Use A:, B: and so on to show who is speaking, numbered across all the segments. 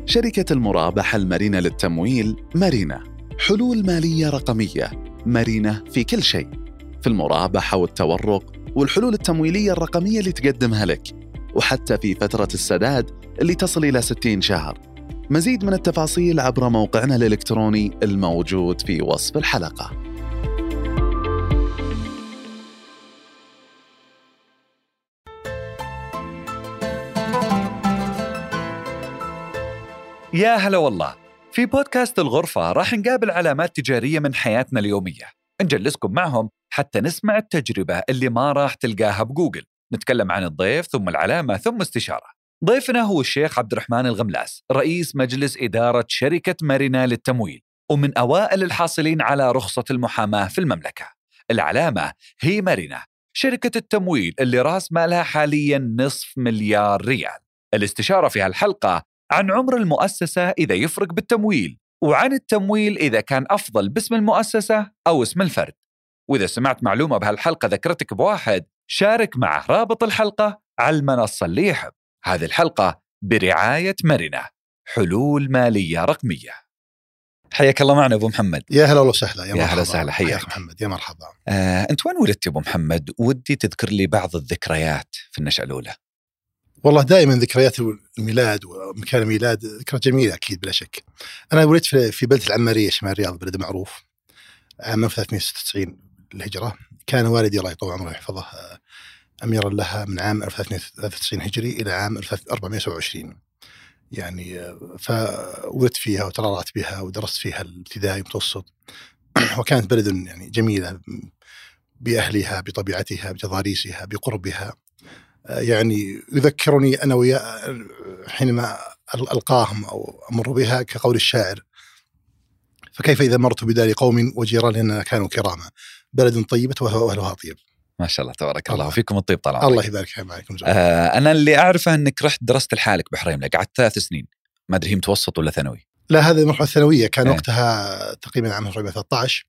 A: شركة المرابحة المرنة للتمويل مرنة، حلول مالية رقمية مرنة في كل شيء، في المرابحة والتورق والحلول التمويلية الرقمية اللي تقدمها لك، وحتى في فترة السداد اللي تصل إلى 60 شهر. مزيد من التفاصيل عبر موقعنا الإلكتروني الموجود في وصف الحلقة.
B: يا هلا والله. في بودكاست الغرفة راح نقابل علامات تجارية من حياتنا اليومية، نجلسكم معهم حتى نسمع التجربة اللي ما راح تلقاها بجوجل. نتكلم عن الضيف ثم العلامة ثم استشارة. ضيفنا هو الشيخ عبد الرحمن الغملاس، رئيس مجلس إدارة شركة مرنة للتمويل، ومن أوائل الحاصلين على رخصة المحاماة في المملكة. العلامة هي مرنة، شركة التمويل اللي راس مالها حالياً 500,000,000 ريال. الاستشارة في هالحلقة عن عمر المؤسسة إذا يفرق بالتمويل، وعن التمويل إذا كان أفضل باسم المؤسسة أو اسم الفرد. وإذا سمعت معلومة بهالحلقة ذكرتك بواحد، شارك معه رابط الحلقة على المنصة اللي يحب. هذه الحلقة برعاية مرنة، حلول مالية رقمية. حياك الله معنا أبو محمد.
C: يا هلا والله وسهلا.
B: يا هلا وسهلا، حياك
C: محمد. يا مرحبا.
B: أنت وين ولدت أبو محمد؟ ودي تذكر لي بعض الذكريات في النشأة الأولى.
C: والله دائما ذكريات الميلاد ومكان الميلاد ذكرى جميلة أكيد بلا شك. أنا ولدت في بلدة العمارية شمال الرياض، بلد معروف، عام 1396 الهجرة. كان والدي الله يطول عمره ويحفظه أميرا لها من عام 1393 هجري إلى عام 1427 يعني. فولدت فيها وترعرعت بها ودرست فيها الابتدائي والمتوسط. وكانت بلد يعني جميلة بأهلها، بطبيعتها، بتضاريسها، بقربها. يعني يذكرني أنا ويا حينما ألقاهم أو أمر بها كقول الشاعر: فكيف إذا مرت بدار قوم وجيراننا كانوا كراما، بلد طيبة وأهلها طيب.
B: ما شاء الله تبارك الله، وفيكم الطيب طال عمرك.
C: الله يبارك معكم.
B: أنا اللي أعرفه أنك رحت درست لحالك بحريملة، قعدت 3 سنين، ما أدري هي متوسط ولا ثانوي؟
C: لا، هذه المرحلة الثانوية. كان وقتها تقريبا عام 2013.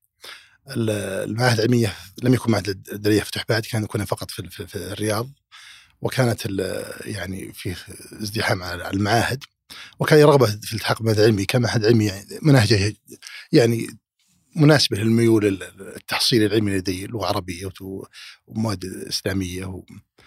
C: المعاهد العلمية لم يكن معهد الدولية فتح بعد، كنا فقط في الرياض، وكانت يعني في ازدحام على المعاهد، وكان رغبة في الالتحاق بمعهد علمي كمعهد علمي يعني مناهجه يعني مناسبة للميول التحصيل العلمي لدي، لغة عربية ومواد إسلامية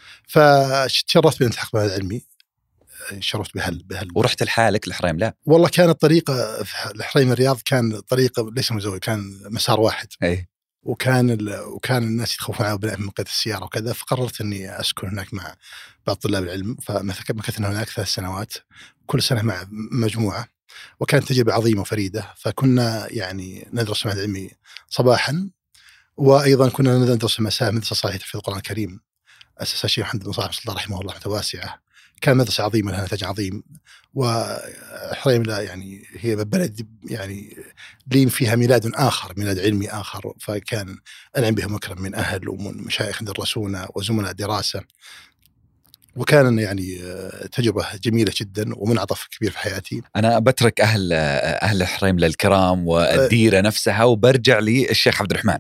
C: فتشرفت بالالتحاق بمعهد علمي، شرفت بهال.
B: ورحت لحالك الحريم؟ لا
C: والله كانت طريقة الحريم الرياض، كان طريقة ليس مزوج، كان مسار واحد.
B: أي. وكان
C: الناس يتخوفون على من قيادة السيارة وكذا، فقررت أني أسكن هناك مع بعض طلاب العلم. فمكثنا هناك 3 سنوات، كل سنة مع مجموعة، وكانت تجربة عظيمة وفريدة. فكنا يعني ندرس معهد علمي صباحا، وأيضا كنا ندرس مساء مدرسة صالحية في القرآن الكريم، أسسها الشيخ محمد بن صالح رحمه الله رحمة واسعة. كان مدرسة عظيمة لها نتاج عظيم. وحريم لا يعني هي بلد يعني لي فيها ميلاد آخر، ميلاد علمي آخر، فكان أنعم بها مكرم من أهل ومن مشايخ درسونا وزملاء دراسة، وكان يعني تجربة جميلة جدا ومنعطف كبير في حياتي.
B: أنا بترك أهل الحريم للكرام والديرة نفسها وبرجع لي الشيخ عبد الرحمن.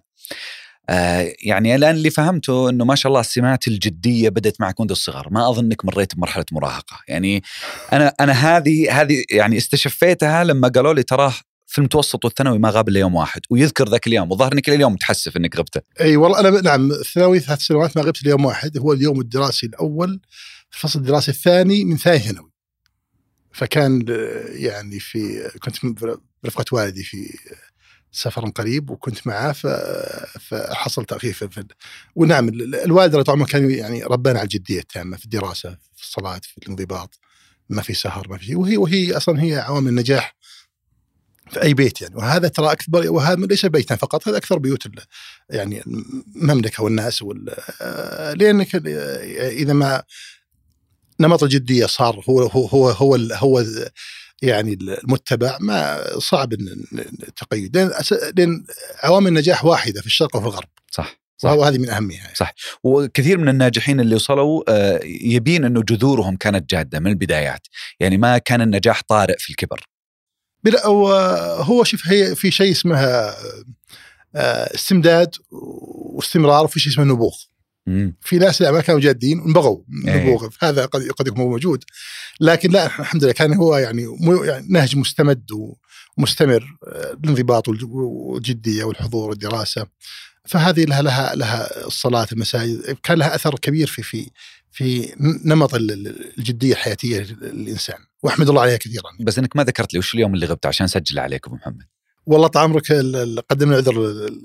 B: يعني الآن اللي فهمته أنه ما شاء الله السمات الجدية بدأت معك منذ الصغر، ما أظنك مريت بمرحلة مراهقة. يعني أنا هذه يعني استشفيتها لما قالوا لي تراه في المتوسط والثانوي ما غاب إلا يوم واحد، ويذكر ذاك اليوم، وظهر إنك اليوم متحسف إنك غبته.
C: أي والله أنا نعم، الثانوي 3 سنوات ما غبت اليوم واحد، هو اليوم الدراسي الأول في الفصل الدراسي الثاني من ثاني ثانوي. فكان يعني كنت برفقة والدي في سفر قريب وكنت معاه، فحصل تأخير ونعم الوالد طبعا كان يعني ربنا على الجدية التامة في الدراسة، في الصلاة، في الانضباط، ما في سهر، ما في وهي أصلا هي عوامل النجاح في أي بيت يعني. وهذا ترى أكبر، وهذا ليس بيتنا فقط، هذا أكثر بيوت يعني المملكة والناس لأنك إذا ما نمط الجدية صار هو يعني المتبع، ما صعب التقيد، لأن عوامل النجاح واحدة في الشرق وفي الغرب.
B: صح.
C: وهذه من أهمها يعني.
B: صح. وكثير من الناجحين اللي وصلوا يبين أنه جذورهم كانت جادة من البدايات، يعني ما كان النجاح طارئ في الكبر.
C: بلا هو شوف، هي في شيء اسمها استمداد واستمرار، وفي شيء اسمه نبوغ. في ناس لا ما كانوا جادين ونبغوا نبوغ، هذا قد يكون موجود، لكن لا الحمد لله كان هو يعني نهج مستمد ومستمر، الانضباط والجدية والحضور والدراسة. فهذه لها الصلاة المساجد كان لها أثر كبير في نمط الجدية الحياتية للإنسان، وأحمد الله عليها كثيرا.
B: بس إنك ما ذكرت لي وش اليوم اللي غبت عشان سجل عليك أبو محمد.
C: والله طال عمرك قدمنا عذر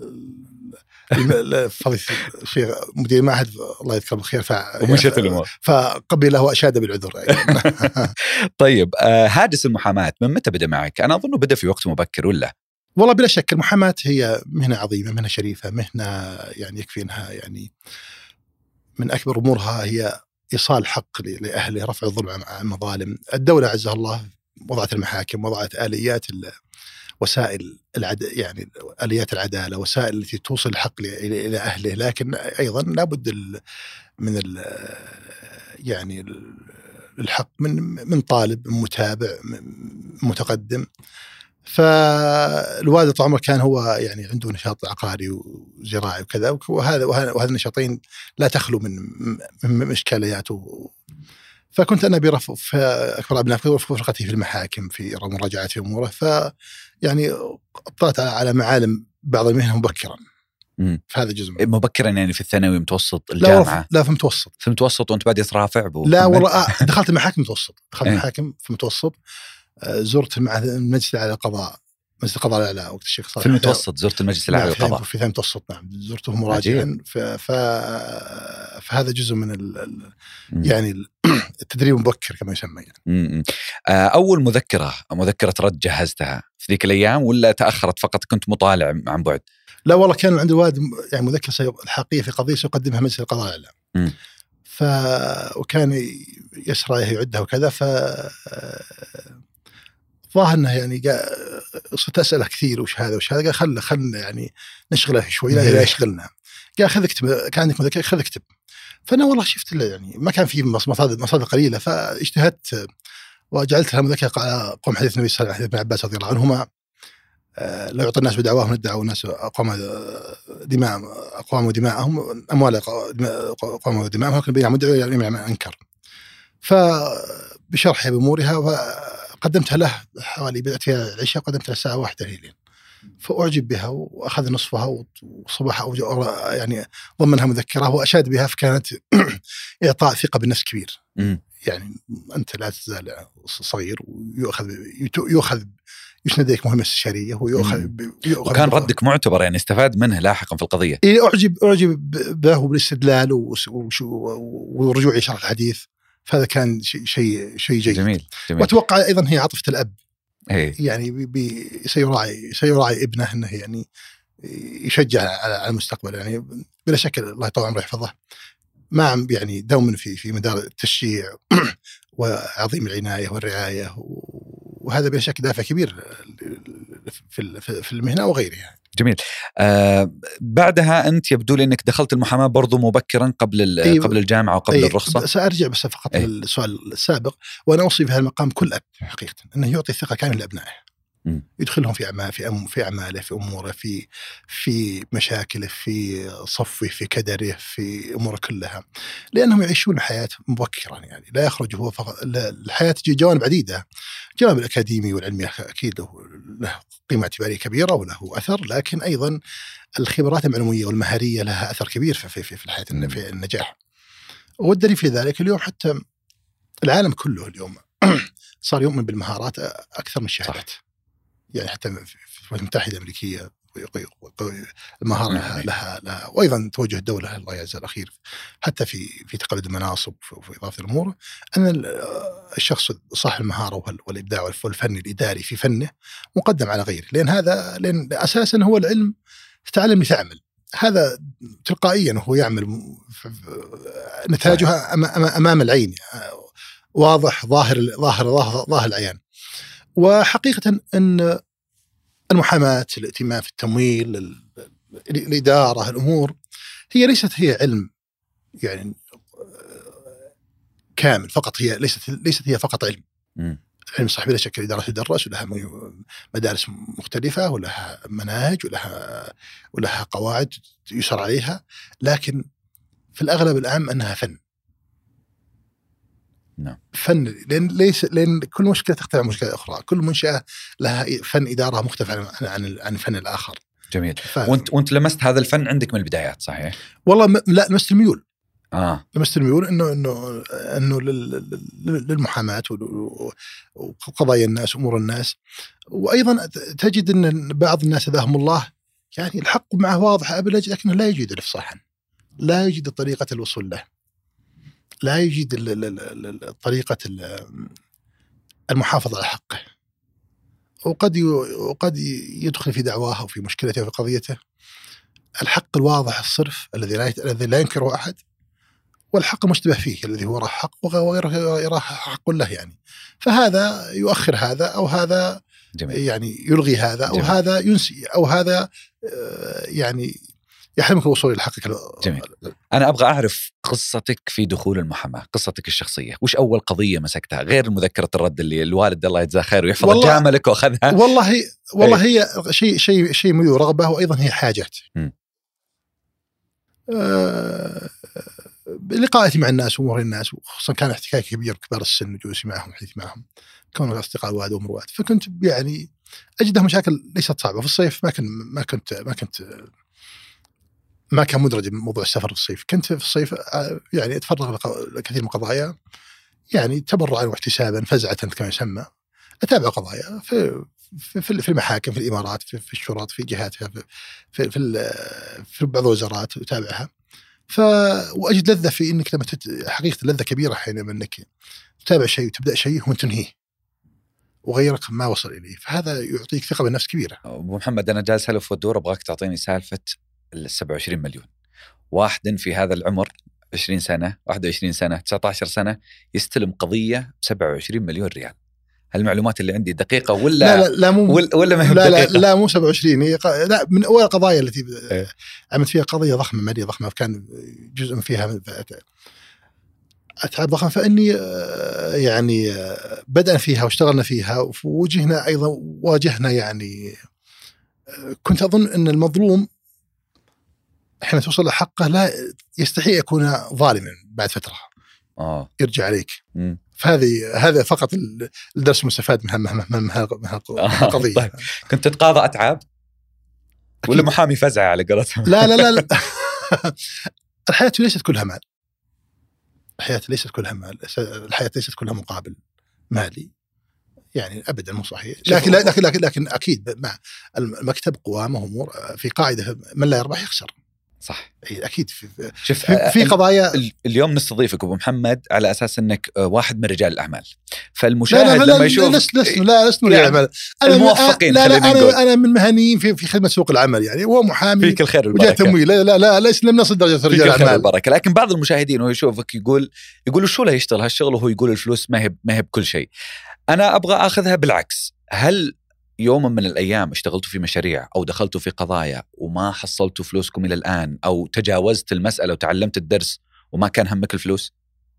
C: فضيلة الشيخ مدير المعهد الله يذكره بالخير
B: ومشت الأمور
C: فقبله وأشاد بالعذر.
B: طيب هاجس المحاماة من متى بدأ معك؟ أنا أظن بدأ في وقت مبكر ولا؟
C: والله بلا شك المحاماة هي مهنة عظيمة، مهنة شريفة، مهنة يعني يكفي أنها يعني من أكبر أمورها هي إيصال حق لأهله، رفع الظلم عن المظالم. الدولة عزها الله وضعت المحاكم، وضعت آليات وسائل يعني آليات العدالة، وسائل التي توصل الحق إلى أهله، لكن أيضا لابد من يعني الحق من طالب، من متابع، متقدم. فالوالد طال عمره كان هو يعني عنده نشاط عقاري وزراعي وكذا، وهذا النشاطين لا تخلو من إشكالياته. فكنت أنا برفق في أكبر أبناء فرقتي في المحاكم في مراجعات أموره، فيعني اطلعت على معالم بعض المهنة مبكرا. فهذا جزء
B: مبكرا يعني في الثانوي، متوسط، الجامعة؟
C: لا في متوسط.
B: في متوسط وأنت بادي رافع؟
C: لا والله دخلت المحاكم متوسط، دخلت المحاكم في متوسط. زرت المجلس الأعلى للقضاء، مجلس القضاء الأعلى وقت الشيخ صالح.
B: في المتوسط زرت المجلس الأعلى للقضاء؟
C: في المتوسط نعم، زرته مراجعا. فهذا جزء من يعني التدريب المبكر كما يسمى يعني.
B: أول مذكرة رد جهزتها في ذيك الأيام ولا تأخرت فقط كنت مطالع عن بعد؟
C: لا والله كان عند الوالد يعني مذكرة الحقيقية في قضية سيقدمها مجلس القضاء الأعلى، وكان يسرى يعدها وكذا. ظاهر انه يعني صرت اساله كثير وش هذا قال خلنا يعني نشغله شوي لا يشغلنا. قال خذ اكتب، كان عندك مذكره خذ اكتب. فانا والله شفت يعني ما كان في مصادر قليله، فاجتهدت وجعلت لها مذكره على قوم حديث النبي صلى الله عليه وسلم، ابن عباس رضي الله عنهما: لا يعطي الناس بدعواهم ندعوا الناس أقواموا دماءهم أموال أقواموا دماءهم، لكن بينهم مدعو يعني أنكر. فبشرحها بأمورها وقدمتها له حوالي بدأت فيها العشاء، قدمتها الساعة 1 الليل، فأعجب بها وأخذ نصفها وصبح يعني ضمنها مذكرة وأشاد بها، فكانت إعطاء ثقة بالنفس كبير. يعني أنت لا تزال صغير ويؤخذ يسند لك مهمة استشارية
B: وكان ردك معتبر يعني استفاد منه لاحقا في القضية.
C: أعجب به بالاستدلال ورجوع شرح الحديث، فهذا كان شيء جيد.
B: جميل.
C: وأتوقع أيضا هي عاطفة الأب،
B: يعني
C: سيراعي ابنه أنه يعني يشجع على المستقبل. يعني بلا شك الله يطول عمره يحفظه، ما يعني دوما في مدار التشجيع وعظيم العناية والرعاية، وهذا بلا شك دافع كبير في المهنة وغيرها.
B: جميل. بعدها أنت يبدو لي أنك دخلت المحاماة برضو مبكرا قبل الجامعة وقبل الرخصة.
C: سأرجع بس فقط للسؤال السابق، وأنا أوصي في هذا المقام كل أب حقيقة أنه يعطي ثقة كاملة لأبنائه، يدخلهم في أعماله، في أموره، في مشاكله، في صفه، في كدره، في أموره كلها، لأنهم يعيشون حياة مبكرا. يعني لا يخرج هو فقط، الحياة تجي جوانب عديدة، جانب الأكاديمي والعلمي أكيد له قيمة اعتبارية كبيرة وله أثر، لكن أيضا الخبرات المعلومية والمهارية لها أثر كبير في الحياة، في النجاح. والدليل في ذلك اليوم حتى العالم كله اليوم صار يؤمن بالمهارات أكثر من الشهادات. يعني حتى في الولايات المتحدة الأمريكية المهارة لها وأيضا توجه الدولة الله يعز الأخير حتى في تقلد المناصب وفي إضافة الأمور، أن الشخص صاحب المهارة والإبداع والفن الإداري في فنه مقدم على غيره، لأن أساسا هو العلم تتعلم لتعمل، هذا تلقائيا هو يعمل نتاجها أمام العين واضح ظاهر العيان. وحقيقة أن المحاماة، الائتمان في التمويل، الإدارة، الأمور هي ليست هي علم يعني كامل فقط، هي ليست هي فقط علم. علم صح بلا شك الإدارة تدرس ولها مدارس مختلفة ولها مناهج ولها قواعد يسر عليها، لكن في الأغلب العام أنها فن.
B: نعم.
C: فن، لأن كل مشكلة تختلف عن مشكلة أخرى، كل منشأة لها فن إدارة مختلف عن الفن الآخر.
B: جميل. وانت لمست هذا الفن عندك من البدايات صحيح؟
C: والله لا، لمست الميول. لمست الميول انه للمحاماة وقضايا الناس وامور الناس. وايضا تجد ان بعض الناس هداهم الله يعني الحق معه واضح ابلج، لكنه لا يجد الافصاحا، لا يجد طريقة الوصول له، لا يجد طريقة المحافظة على حقه. وقد يدخل في دعواه وفي مشكلته وفي قضيته الحق الواضح الصرف الذي لا ينكره أحد، والحق المشتبه فيه الذي هو حق وغيره يراه حق له يعني. فهذا يؤخر هذا، أو هذا
B: جميل.
C: يعني يلغي هذا، أو جميل. هذا ينسي، أو هذا يعني يحرمك الوصول إلى حقك.
B: جميل. أنا أبغى أعرف قصتك في دخول المحاماة، قصتك الشخصية. وش أول قضية مسكتها غير مذكرة الرد اللي الوالد الله يجزاه خير ويحفظ جاملك وأخذها؟
C: والله هي شيء ميول رغبة، وأيضا هي حاجات. لقاءاتي مع الناس وأمور الناس، وخصوصا كان احتكاك كبير بكبار السن وجلوسي معهم وحديثي معهم، كونوا أصدقاء واد ومروات. فكنت يعني أجدها مشاكل ليست صعبة. في الصيف ما كان مدرج موضوع السفر في الصيف. كنت في الصيف يعني أتفرغ لكثير من القضايا، يعني تبرعا واحتسابا فزعة كما يسمى. أتابع قضايا في المحاكم، في الإمارات، في الشرط، في جهاتها، في بعض الوزارات أتابعها. وأجد لذة في إنك لما حقيقة لذة كبيرة حينما إنك تتابع شيء وتبدأ شيء وتنهيه وغيرك ما وصل إليه، فهذا يعطيك ثقة بالنفس كبيرة.
B: أبو محمد، أنا جالس هلف والدور، أبغاك تعطيني سالفة 27 مليون. واحد في هذا العمر 20 سنة 21 سنة 19 سنة يستلم قضية 27 مليون ريال. هالمعلومات اللي عندي دقيقة ولا
C: لا
B: ولا ما هي دقيقة؟
C: لا مو 27. لا، من أول القضايا التي عملت فيها قضية ضخمة، مالية ضخمة، كان جزء من فيها أتعاب ضخمة. فإني يعني بدأنا فيها واشتغلنا فيها ووجهنا أيضا واجهنا يعني. كنت أظن أن المظلوم حين توصل لحقه لا يستحي يكون ظالما بعد فترة يرجع عليك. هذا فقط الدرس المستفاد من القضية.
B: طيب. كنت تتقاضى أتعاب ولا محامي فزع على قولتهم؟
C: لا. الحياة ليست كلها مال. الحياة ليست كلها مقابل مالي يعني، أبدا مو صحيح. لكن أكيد مع المكتب قوام وأمور في قاعدة من لا يربح يخسر.
B: صح.
C: أكيد في قضايا.
B: اليوم نستضيفك أبو محمد على أساس أنك واحد من رجال الأعمال، فالمشاهد لما يشوف
C: لست من رجال الأعمال.
B: الموفقين.
C: أنا من مهنيين في خدمة سوق العمل يعني، هو محامي
B: فيك الخير والبركة.
C: تمويل. لا لم نصل درجة رجال الأعمال
B: والبركة. لكن بعض المشاهدين وهو يشوفك يقول شو له يشتغل هالشغل، وهو يقول الفلوس ما هي بكل شيء. أنا أبغى أخذها بالعكس. هل يوم من الأيام اشتغلتوا في مشاريع أو دخلتوا في قضايا وما حصلتوا فلوسكم إلى الآن، أو تجاوزت المسألة وتعلمت الدرس وما كان همك الفلوس؟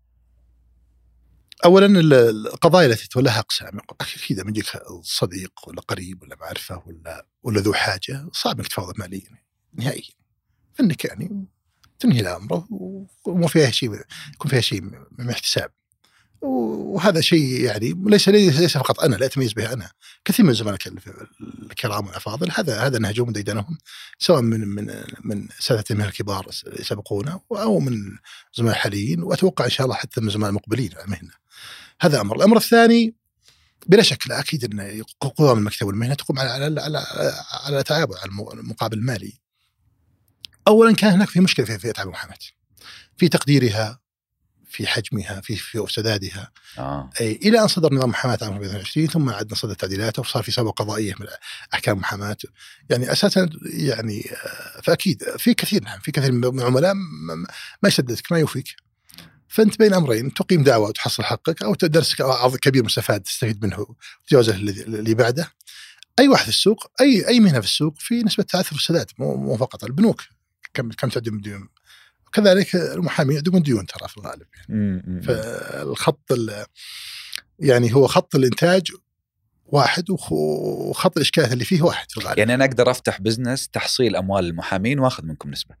C: أولا القضايا التي تولاها أقسام، أكيد من يجيك صديق ولا قريب ولا معرفة ولا ذو حاجة، صعب إنك تفاوض ماليا نهائيا. فإنك يعني تنهي الأمر وما فيها شيء، يكون فيها شيء من احتساب. وهذا شيء يعني ليس فقط أنا لا أتميز به أنا، كثير من زملائك الكرام والأفاضل هذا نهجهم ديدنهم، سواء من سادتهم الكبار سبقونا أو من زملاء حاليين، وأتوقع إن شاء الله حتى من زملاء المقبلين على المهنة. هذا أمر. الأمر الثاني بلا شك لا أكيد أن قوام المكتب والمهنة تقوم على تعامل على المقابل المالي. أولا كان هناك في مشكلة في أتعاب المحاماة، في تقديرها، في حجمها، في سدادها. إلى أن صدر نظام محاماة عام 2020، ثم عدنا صدر تعديلاته وصار في سابقة قضائية من أحكام محاماة يعني أساسا يعني. فأكيد في كثير من العملاء ما يسددك، ما يوفيك. فأنت بين أمرين، تقيم دعوة وتحصل حقك، أو تدرسك عرض كبير مستفاد تستفيد منه وتجاوزه اللي بعده. أي واحد في السوق، أي مهنة في السوق، في نسبة تعثر السداد، مو فقط البنوك كم تعدم ديون، كذلك المحامين يعدمون ديون ترى في الغالب يعني. فالخط يعني هو خط الإنتاج واحد، وخط الإشكالات اللي فيه واحد في الغالب.
B: يعني أنا أقدر أفتح بزنس تحصيل أموال المحامين وأخذ منكم نسبة.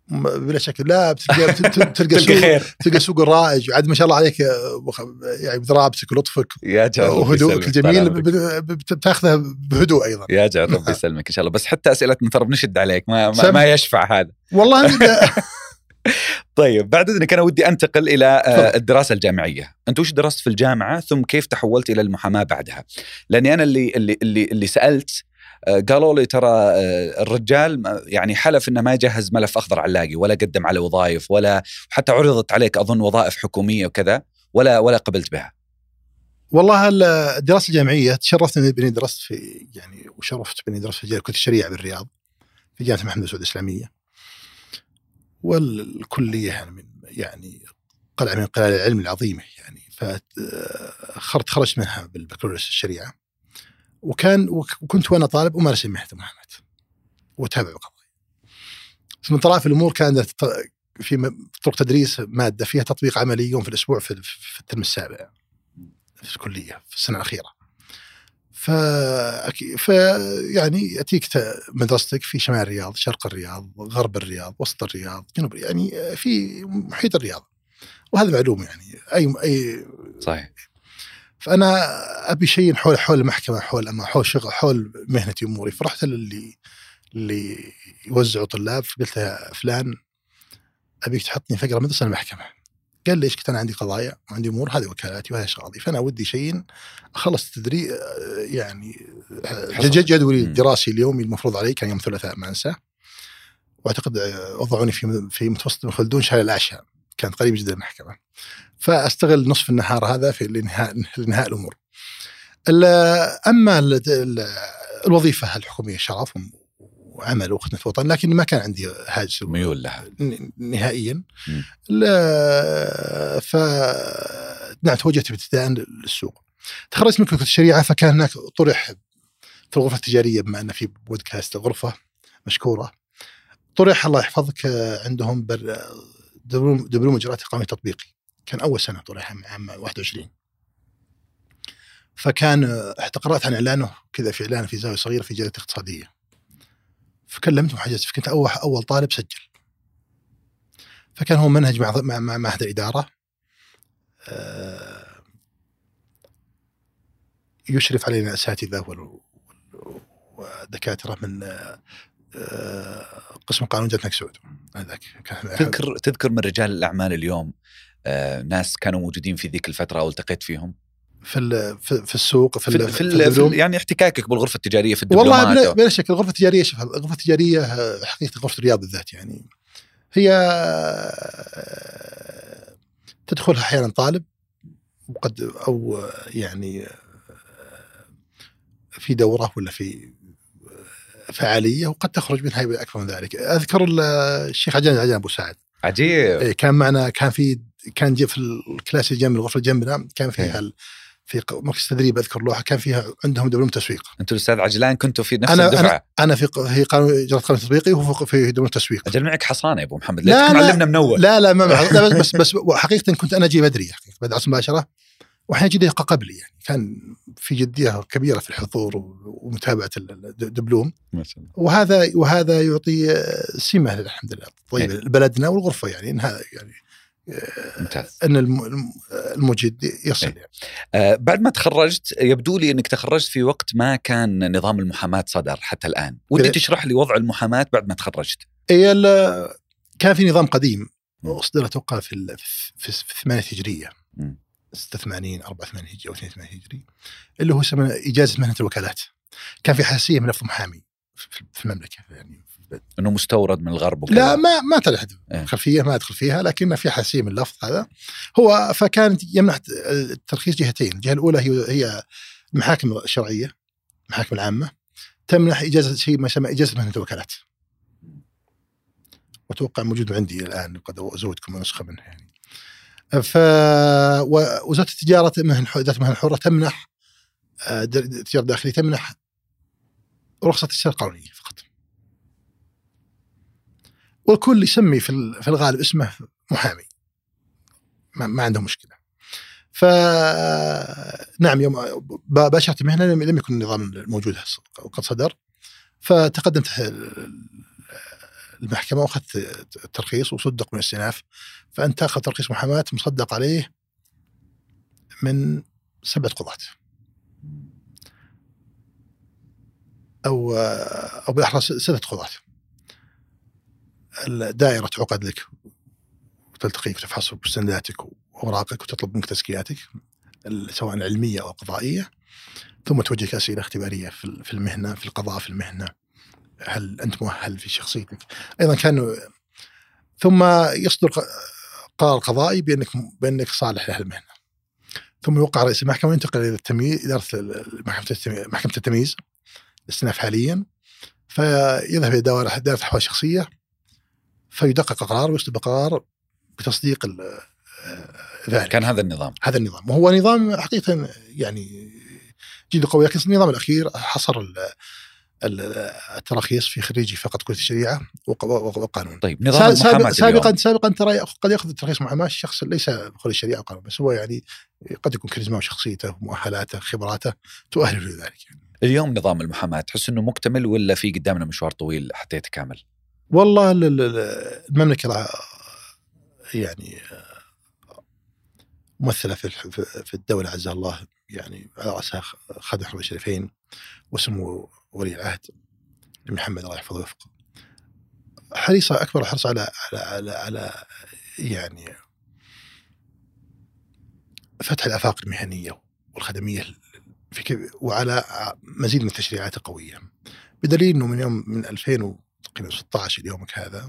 C: بلا شك. لا تلقى سوق رائج، عاد ما شاء الله عليك يعني بضرابتك ولطفك وهدوءك الجميل بتاخذها بهدوء ايضا.
B: يا جعل ربي يسلمك ان شاء الله. بس حتى اسئلتنا ترى بنشد عليك ما يشفع هذا
C: والله.
B: طيب بعد ذلك أنا ودي أنتقل إلى الدراسة الجامعية. أنت وش درست في الجامعة ثم كيف تحولت إلى المحاماة بعدها؟ لأني أنا اللي سألت قالوا لي ترى الرجال يعني حلف إنه ما يجهز ملف أخضر علاقي ولا قدم على وظائف ولا حتى عرضت عليك أظن وظائف حكومية وكذا ولا قبلت بها.
C: والله الدراسة الجامعية تشرفت بإني درست في يعني وشرفت بإني درست في كلية الشريعة بالرياض في جامعة محمد بن سعود الإسلامية، والكلية يعني قلعة من قلال العلم العظيمة يعني. خرجت منها بالبكالوريوس الشريعة، وكنت وأنا طالب أمارس مهنة المحاماة وأتابع القضايا. من طرائف الأمور كانت في طرق تدريس مادة فيها تطبيق عملي يوم في الأسبوع في الترم السابع في الكلية في السنة الأخيرة. يعني يأتيك مدرستك في شمال الرياض، شرق الرياض، غرب الرياض، وسط الرياض، جنوب، يعني في محيط الرياض، وهذا معلوم يعني أي
B: صحيح.
C: فأنا أبي شيء حول المحكمة، حول شغل، حول مهنتي أموري. فرحت اللي يوزعوا طلاب، قلت له فلان أبيك تحطني فقرة مدرسة المحكمة. قال لي إيش؟ كنت أنا عندي قضايا وعندي أمور، هذه وكالاتي وهذا شغلي، فأنا ودي شيء أخلص التدريب يعني جدولي الدراسي اليومي المفروض علي كان يوم الثلاثاء ما أنساه، وأعتقد وضعوني في متوسط ابن خلدون شارع العشاء، كانت قريب جدا المحكمة، فأستغل نصف النهار هذا في لإنهاء الأمور. أما الوظيفة الحكومية شرف وعمل وخدمة وطن، لكن ما كان عندي هاجس
B: ميول لها
C: نهائيا. نعم توجهت ابتداء للسوق. تخرجت من كلية الشريعة، فكان هناك طرح في الغرفة التجارية، بما أن في بودكاست الغرفة مشكورة، طرح الله يحفظك عندهم دبلوم إجراءات قانوني تطبيقي، كان أول سنة طرح عام 21. فكان قرأت عن إعلانه كذا في إعلان في زاوية صغيرة في جريدة اقتصادية، فكلمت وحجزت، فكنت أول طالب سجل. فكان هو منهج مع معهد الإدارة، يشرف علينا أساتذة ودكاترة من قسم قانون جامعة الملك سعود.
B: تذكر من رجال الأعمال اليوم ناس كانوا موجودين في ذيك الفترة أو التقيت فيهم
C: في السوق
B: في يعني احتكاكك بالغرفة التجارية في الدبلومات؟
C: والله بلا شك الغرفة التجارية، شوف الغرفة التجارية حقيقة غرفة الرياض بالذات يعني هي تدخلها أحيانا طالب وقد أو يعني في دورة ولا في فعالية، وقد تخرج منها بأكثر من ذلك. أذكر الشيخ عجان أبو سعد
B: عجيب،
C: كان معنا، كان في الكلاس جنب الغرفة جنبنا، كان فيها في مركز تدريب، أذكر لوحة كان فيها عندهم دبلوم تسويق.
B: أنتوا الأستاذ عجلان كنتوا في نفس الدفعة؟
C: أنا في قانون إجراء قانون تطبيقي، وهو في دبلوم تسويق.
B: أجل معك حصانة يا أبو محمد، لا علمنا من أول.
C: لا ما بس حقيقة كنت أنا أجي بدري بعد عصر مباشرة، وأحيانا جدي قبلي يعني، كان في جدية كبيرة في الحضور ومتابعة الدبلوم، وهذا يعطي سمة الحمد لله طيبة لبلدنا والغرفة، يعني إن هذا يعني
B: ممتاز.
C: أن المجد يصل
B: يعني. بعد ما تخرجت يبدو لي أنك تخرجت في وقت ما كان نظام المحاماة صدر حتى الآن، ودي تشرح لي وضع المحاماة بعد ما تخرجت.
C: كان في نظام قديم أصدر أتوقع في 8 هجرية 86 84 هجري أو 82 هجري، اللي هو اسمه إجازة مهنة الوكالات. كان في حساسية من لفظ محامي في المملكة، يعني
B: انه مستورد من الغرب وكذا.
C: لا ما تلحد خلفيه، ما ادخل فيها، لكن في حساسيه من اللفظ هذا. هو فكان يمنح الترخيص جهتين، الجهه الاولى هي المحاكم الشرعيه، المحاكم العامه، تمنح اجازه شيء ما يسمى اجازه مهنه الوكالات، واتوقع موجود عندي الان، قد ازودكم نسخه منه يعني. ووزاره التجاره ذات مهن حره تمنح التجاره الداخليه تمنح رخصه التجاره القانونيه فقط، والكل يسمي في الغالب اسمه محامي، ما عنده مشكلة. فنعم يوم باشرت المهنة لم يكن النظام الموجود وقد صدر، فتقدمت المحكمة وأخذت الترخيص وصدق من الاستئناف، فأنت تأخذ ترخيص محاماة مصدق عليه من 7 قضاة أو بالأحرى 6 قضاة. الدائرة تعقد لك وتلتقيك تفحص مستنداتك وأوراقك وتطلب منك تزكياتك سواء علمية أو قضائية، ثم توجهك أسئلة اختبارية في المهنة، في القضاء، في المهنة، هل أنت مؤهل في شخصيتك أيضا كانوا، ثم يصدر قرار قضائي بأنك صالح لهذه المهنة، ثم يوقع رئيس المحكمة وينتقل إلى التمييز، إدارة محكمة التمييز الاستئناف حاليا، فيذهب إلى دائرة الأحوال الشخصية فيدقق قرار ويصدر قرار بتصديق ذلك.
B: كان هذا النظام
C: وهو نظام حقيقة يعني جدا قوي، لكن النظام الأخير حصر التراخيص في خريجي فقط كلية الشريعة وقانون.
B: طيب نظام المحاماة
C: سابقا ترى قد يأخذ الترخيص محاماة الشخص ليس بكلية الشريعة وقانون، بس هو يعني قد يكون كاريزما وشخصيته ومؤهلاته خبراته تؤهله لذلك. يعني
B: اليوم نظام المحاماة تحس إنه مكتمل ولا في قدامنا مشوار طويل حتى يتكامل؟
C: والله المملكة يعني ممثلة في الدولة عز الله، يعني على رأسها خادم الحرمين الشريفين وسمو ولي العهد محمد الله يحفظه ويوفقه، حريصة أكبر حرص على يعني فتح الآفاق المهنية والخدمية وعلى مزيد من التشريعات القوية، بدليل أنه من 2016 اليومك هذا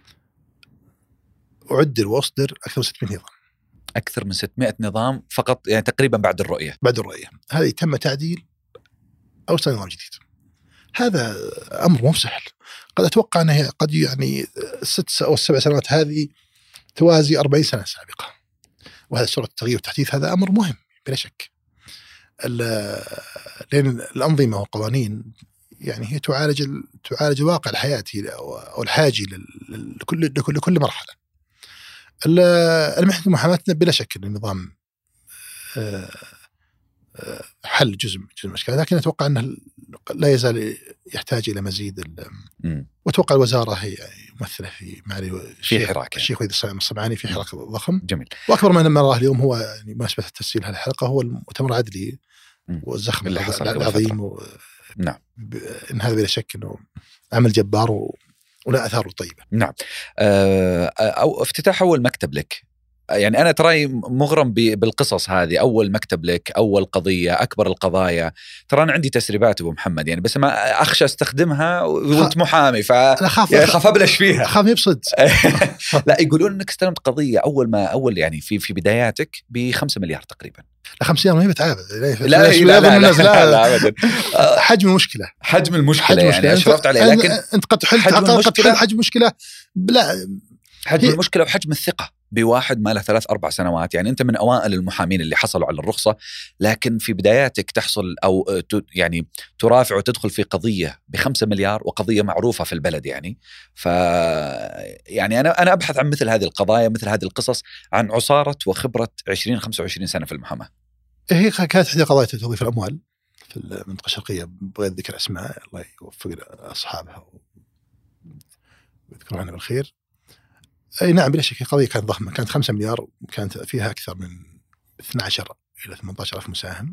C: أعدل وأصدر أكثر من 600 نظام.
B: أكثر من 600 نظام فقط، يعني تقريبا بعد الرؤية
C: هذه تم تعديل أو صار نظام جديد. هذا أمر مو سهل، قد أتوقع أنه قد يعني 6 أو 7 سنوات هذه توازي 40 سنة سابقة، وهذا سرعة التغيير والتحديث هذا أمر مهم بلا شك، لأن الأنظمة والقوانين يعني هي تعالج واقع الحياة أو الحاجة لكل مرحلة. المحكمة المحاماة بلا شك أن النظام حل جزء من المشكلة، لكن أتوقع أنه لا يزال يحتاج إلى مزيد. وأتوقع الوزارة هي ممثلة في معالي الشيخ وليد الصمعاني في حراك ضخم.
B: جميل.
C: وأكبر ما نراه اليوم هو يعني مناسبة تسجيل هذه الحلقة هو المؤتمر العدلي والزخم العظيم
B: نعم.
C: إن هذا بلا شك أنه عمل جبار ولا أثاره طيبة.
B: نعم. أو افتتاح أول مكتب لك، يعني أنا تراي مغرم بالقصص هذه، أول مكتب لك، أول قضية، أكبر القضايا. ترى أنا عندي تسريبات أبو محمد يعني، بس ما أخشى استخدمها وأنت محامي فخاف أبلش فيها،
C: خاف يبصد.
B: لا يقولون أنك استلمت قضية أول يعني في بداياتك ب5 مليار تقريبا.
C: 5 مليار ما هي بتعابة.
B: لا أبدا.
C: حجم المشكلة
B: يعني أشرفت عليه، لكن
C: أنت قد تحل حجم المشكلة. لا،
B: حجم المشكلة وحجم الثقة بواحد ما له 3-4 سنوات. يعني أنت من أوائل المحامين اللي حصلوا على الرخصة، لكن في بداياتك تحصل أو يعني ترافع وتدخل في قضية ب5 مليار وقضية معروفة في البلد يعني. يعني أنا أبحث عن مثل هذه القضايا، مثل هذه القصص، عن عصارة وخبرة 20-25 سنة في المحاماة.
C: هي كانت إحدى قضايا توظيف الأموال في المنطقة الشرقية بغير ذكر أسماء، الله يوفق أصحابها ويذكروا عنها بالخير. أي نعم بلا شك قضية كانت ضخمة، كانت 5 مليار وكانت فيها أكثر من 12 إلى 18 ألف مساهم،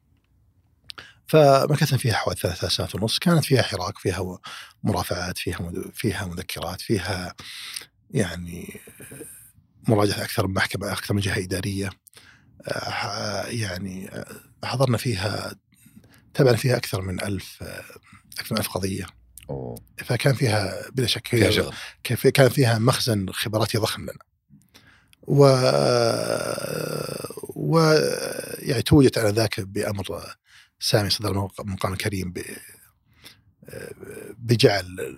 C: فمكثنا فيها حوالي 3 سنوات ونص. كانت فيها حراك، فيها مرافعات، فيها مذكرات، فيها يعني مراجعة أكثر من محكمة، أكثر من جهة إدارية. يعني حضرنا فيها، تابعنا فيها أكثر من 1000 قضية. فكان فيها بلا شك كان فيها مخزن خبراتي ضخم لنا، يعني توجت على ذاك بأمر سامي صدر المقام الكريم بجعل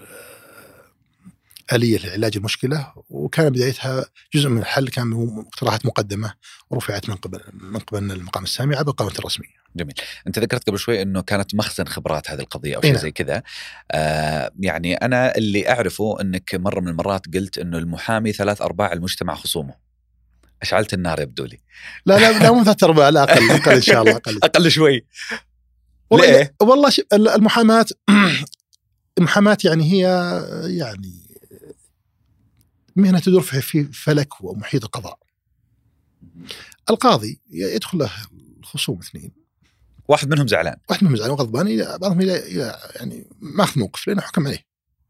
C: آلية لعلاج المشكلة، وكان بدايتها جزء من الحل كان مقترحات مقدمة ورفعت من قبل المقام السامي عبر القنوات الرسمية.
B: جميل. أنت ذكرت قبل شوي أنه كانت مخزن خبرات هذه القضية أو شيء زي كذا. يعني أنا اللي أعرفه أنك مرة من المرات قلت أنه المحامي 3/4 المجتمع خصومه. أشعلت النار يبدو لي.
C: لا مو 3/4، لا أقل إن شاء الله.
B: أقل شوي.
C: والله المحاماة المحاماة يعني هي يعني مهنة تدور في فلك ومحيط القضاء. القاضي يدخل له الخصوم اثنين،
B: واحد منهم زعلان
C: وغضبان، بعضهم يعني ماخذ موقف لأنه حكم عليه.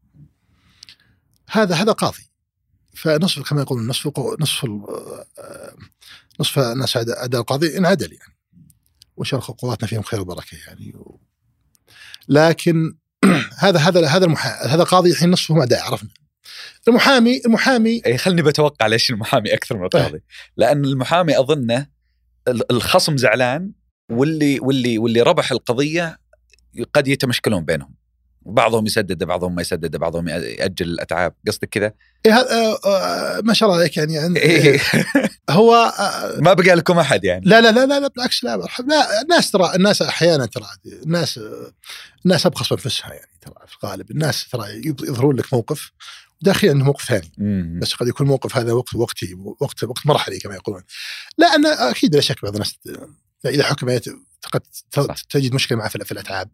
C: هذا قاضي. فنصف كما يقولون نصف الناس أداء القاضي إن عدل يعني، وشرخ قضاتنا فيهم خير وبركة يعني. لكن هذا قاضي الحين نصفه أداء، عرفنا. المحامي
B: اي خلني بتوقع ليش المحامي اكثر من القاضي. لان المحامي اظنه الخصم زعلان واللي ربح القضيه قد يتمشكلون بينهم، بعضهم يسدد بعضهم ما يسدد بعضهم يأجل الأتعاب. قصدك كذا؟
C: ما شاء الله عليك يعني هو
B: ما بقى لكم أحد يعني؟
C: لا بالعكس، لا الناس أحيانا ترى الناس أبخص أنفسها يعني، ترى في الغالب الناس ترى يظهرون لك موقف داخلي عنده موقف ثاني، بس قد يكون موقف هذا وقت مرحلي كما يقولون. لا أنا أكيد لا شك بعض الناس إذا حكمت قد تجد مشكلة مع في الأتعاب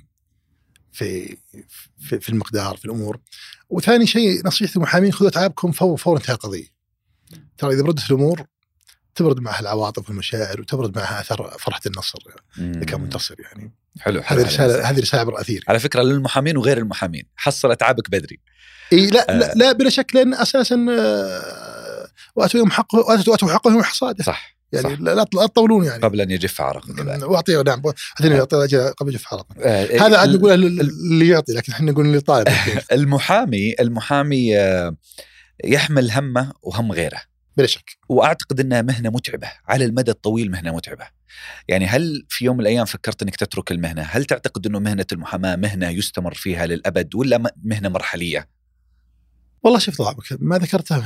C: في المقدار في الأمور. وثاني شيء نصيحة المحامين: خذوا أتعابكم فور انتهاء القضية. ترى إذا بردت الأمور تبرد معها العواطف والمشاعر، وتبرد معها أثر فرحة النصر إذا كان منتصر يعني.
B: حلو.
C: هذه رسالة عبر أثير
B: على فكرة للمحامين وغير المحامين، حصل أتعابك بدري.
C: لا بلا شك، لأن أساسا وأتوا حقهم حصاده.
B: صح
C: يعني لا تطولون يعني
B: قبل أن يجف عرق كذا.
C: واعطيه نعم يعطي قبل يجف عرق. هذا عاد نقول اللي يعطي، لكن احنا نقول اللي طالب.
B: المحامي يحمل همه وهم غيره
C: بلا شك.
B: واعتقد انها مهنه متعبه على المدى الطويل، مهنه متعبه. يعني هل في يوم من الايام فكرت انك تترك المهنه؟ هل تعتقد انه مهنه المحاماه مهنه يستمر فيها للابد ولا مهنه مرحليه؟
C: والله شوف طبعا ما ذكرته،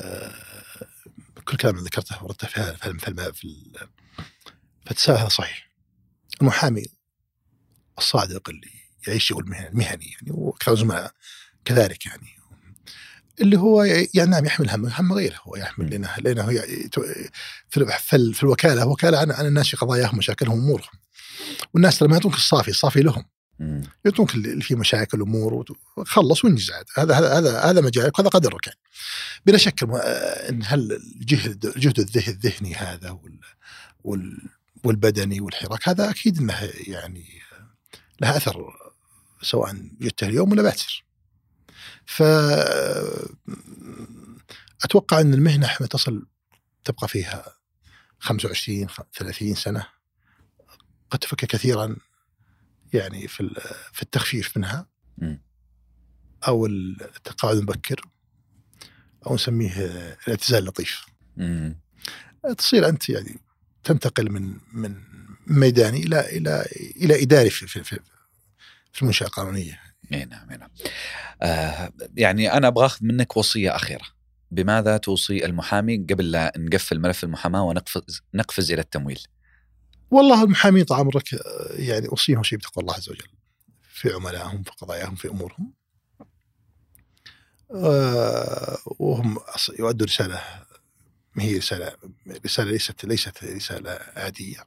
C: كل كلام ذكرته وردته في فتساوي هذا صحيح. المحامي الصادق اللي يعيش شغل المهني يعني، وأكثر زملاء كذلك يعني، اللي هو يعني نعم يحمل هم غيره، هو يحمل لأنه هو في الوكالة عن الناس في قضاياهم مشاكلهم أمورهم. والناس لما يعطونك الصافي لهم، يعطونك اللي فيه مشاكل أمور وخلص وانجز. هذا مجالك، هذا قدرك يعني. بلا شك إن الجهد الذهني هذا والبدني والحراك هذا أكيد أنه يعني لها أثر، سواء جدته اليوم ولا باكر. فأتوقع أن المهنة حين تبقى فيها 25-30 سنة قد تفكر كثيرا يعني في التخفيف منها، أو التقاعد المبكر، أو نسميه الاعتزال اللطيف. تصير أنت يعني تنتقل من ميداني إلى إداري في المنشأة القانونية.
B: نعم. يعني أنا أبغى أخذ منك وصية أخيرة. بماذا توصي المحامي قبل لا نقفل ملف المحاماة ونقفز إلى التمويل؟ والله
C: المحامين طال عمرك يعني أوصيهم شيء بتقوى الله عز وجل في عملائهم، في قضاياهم، في أمورهم، وهم يؤدوا رسالة، ما هي رسالة ليست رسالة عادية.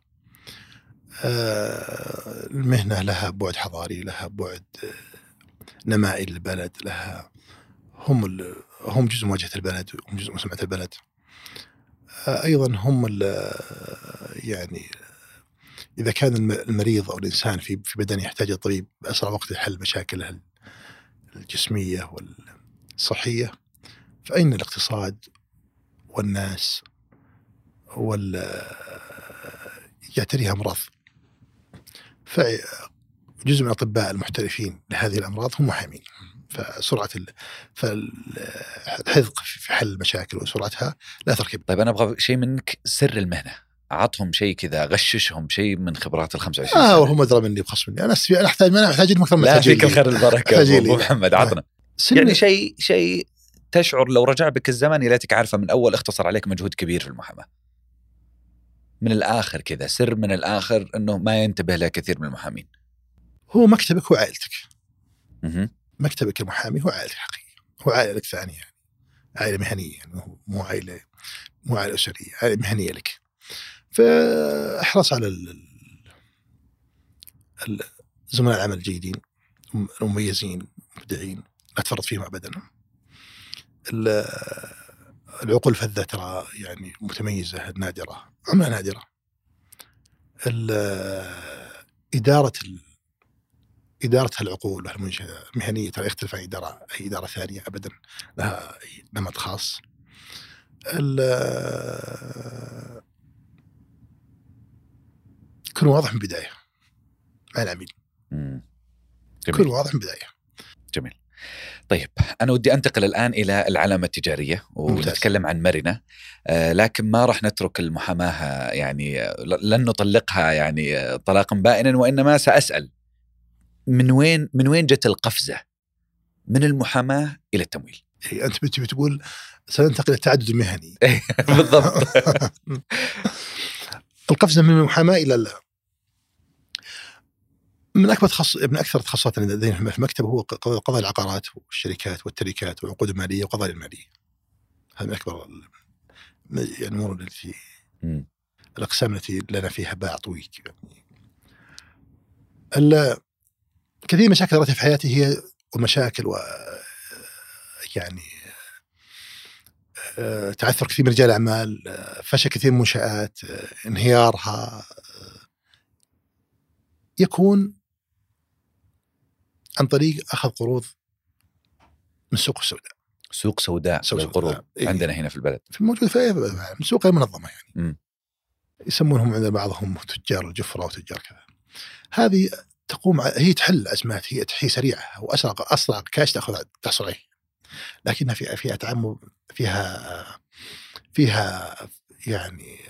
C: المهنة لها بعد حضاري، لها بعد نمائي للبلد، لها هم جزء من واجهة البلد، هم جزء من سمعة البلد. أيضا هم يعني إذا كان المريض أو الإنسان في بدنه يحتاج الطبيب بأسرع وقت لحل مشاكله الجسمية والصحية، فأين الاقتصاد والناس يعتريها أمراض؟ فجزء من الأطباء المحترفين لهذه الأمراض هم محامين. فسرعة الحذق في حل المشاكل وسرعتها لا تركب.
B: طيب أنا أبغى شيء منك، سر المهنة، عطهم شيء كذا، غششهم شيء من خبرات 25 سنة.
C: وهم أدرى مني بخص مني، أنا أحتاج لهم أكثر من
B: لا فيك الخير البركة أبو محمد، عطنا يعني شيء تشعر لو رجع بك الزمن يا ليتك عارفه من أول، اختصر عليك مجهود كبير في المحاماة. من الآخر كذا، سر من الآخر أنه ما ينتبه له كثير من المحامين.
C: هو مكتبك وعائلتك. مكتبك المحامي هو عائلتك حقيقية، هو عائلة ثانية يعني، عائلة مهنية يعني، مو عائلة أسرية، عائلة مهنية لك. فاحرص على زملاء العمل الجيدين المميزين مبدعين لا تفرط فيهم أبدا. العقول الفذة ترى يعني متميزة نادرة، عملة نادرة. إدارة العقول والمنشأة المهنية ترى يختلف عن أي إدارة ثانية أبدا، لها نمط خاص. كن واضح من بداية مع العميل، كن واضح من بداية.
B: جميل. طيب أنا ودي أنتقل الآن إلى العلامة التجارية ونتكلم عن مرنة، لكن ما راح نترك المحاماة يعني لن نطلقها يعني طلاقا بائنا، وإنما سأسأل من وين جت القفزة من المحاماة إلى التمويل؟
C: أنت بتقول سننتقل التعدد المهني.
B: بالضبط.
C: القفزة من المحاماة إلى من أكثر التخصصات لدينا في المكتب هو قضايا العقارات والشركات والتركات والعقود المالية وقضايا المالية. هذا من أكبر يعني الأمور التي الأقسام التي لنا فيها باع طويل. كثير من المشاكل التي في حياتي هي ومشاكل يعني تعثر كثير من رجال الأعمال، فشل كثير من المنشآت، انهيارها يكون عن طريق أخذ قروض من سوق السوداء.
B: سوق سوداء للقروض عندنا هنا في البلد،
C: في موجود في من سوق غير منظمة يعني. يسمونهم عند بعضهم تجار الجفرة وتجار كذا. هذه تقوم هي تحل أزمات، هي سريعة وأسرع كاش تحصل عليه، لكنها فيها تعامل، فيها يعني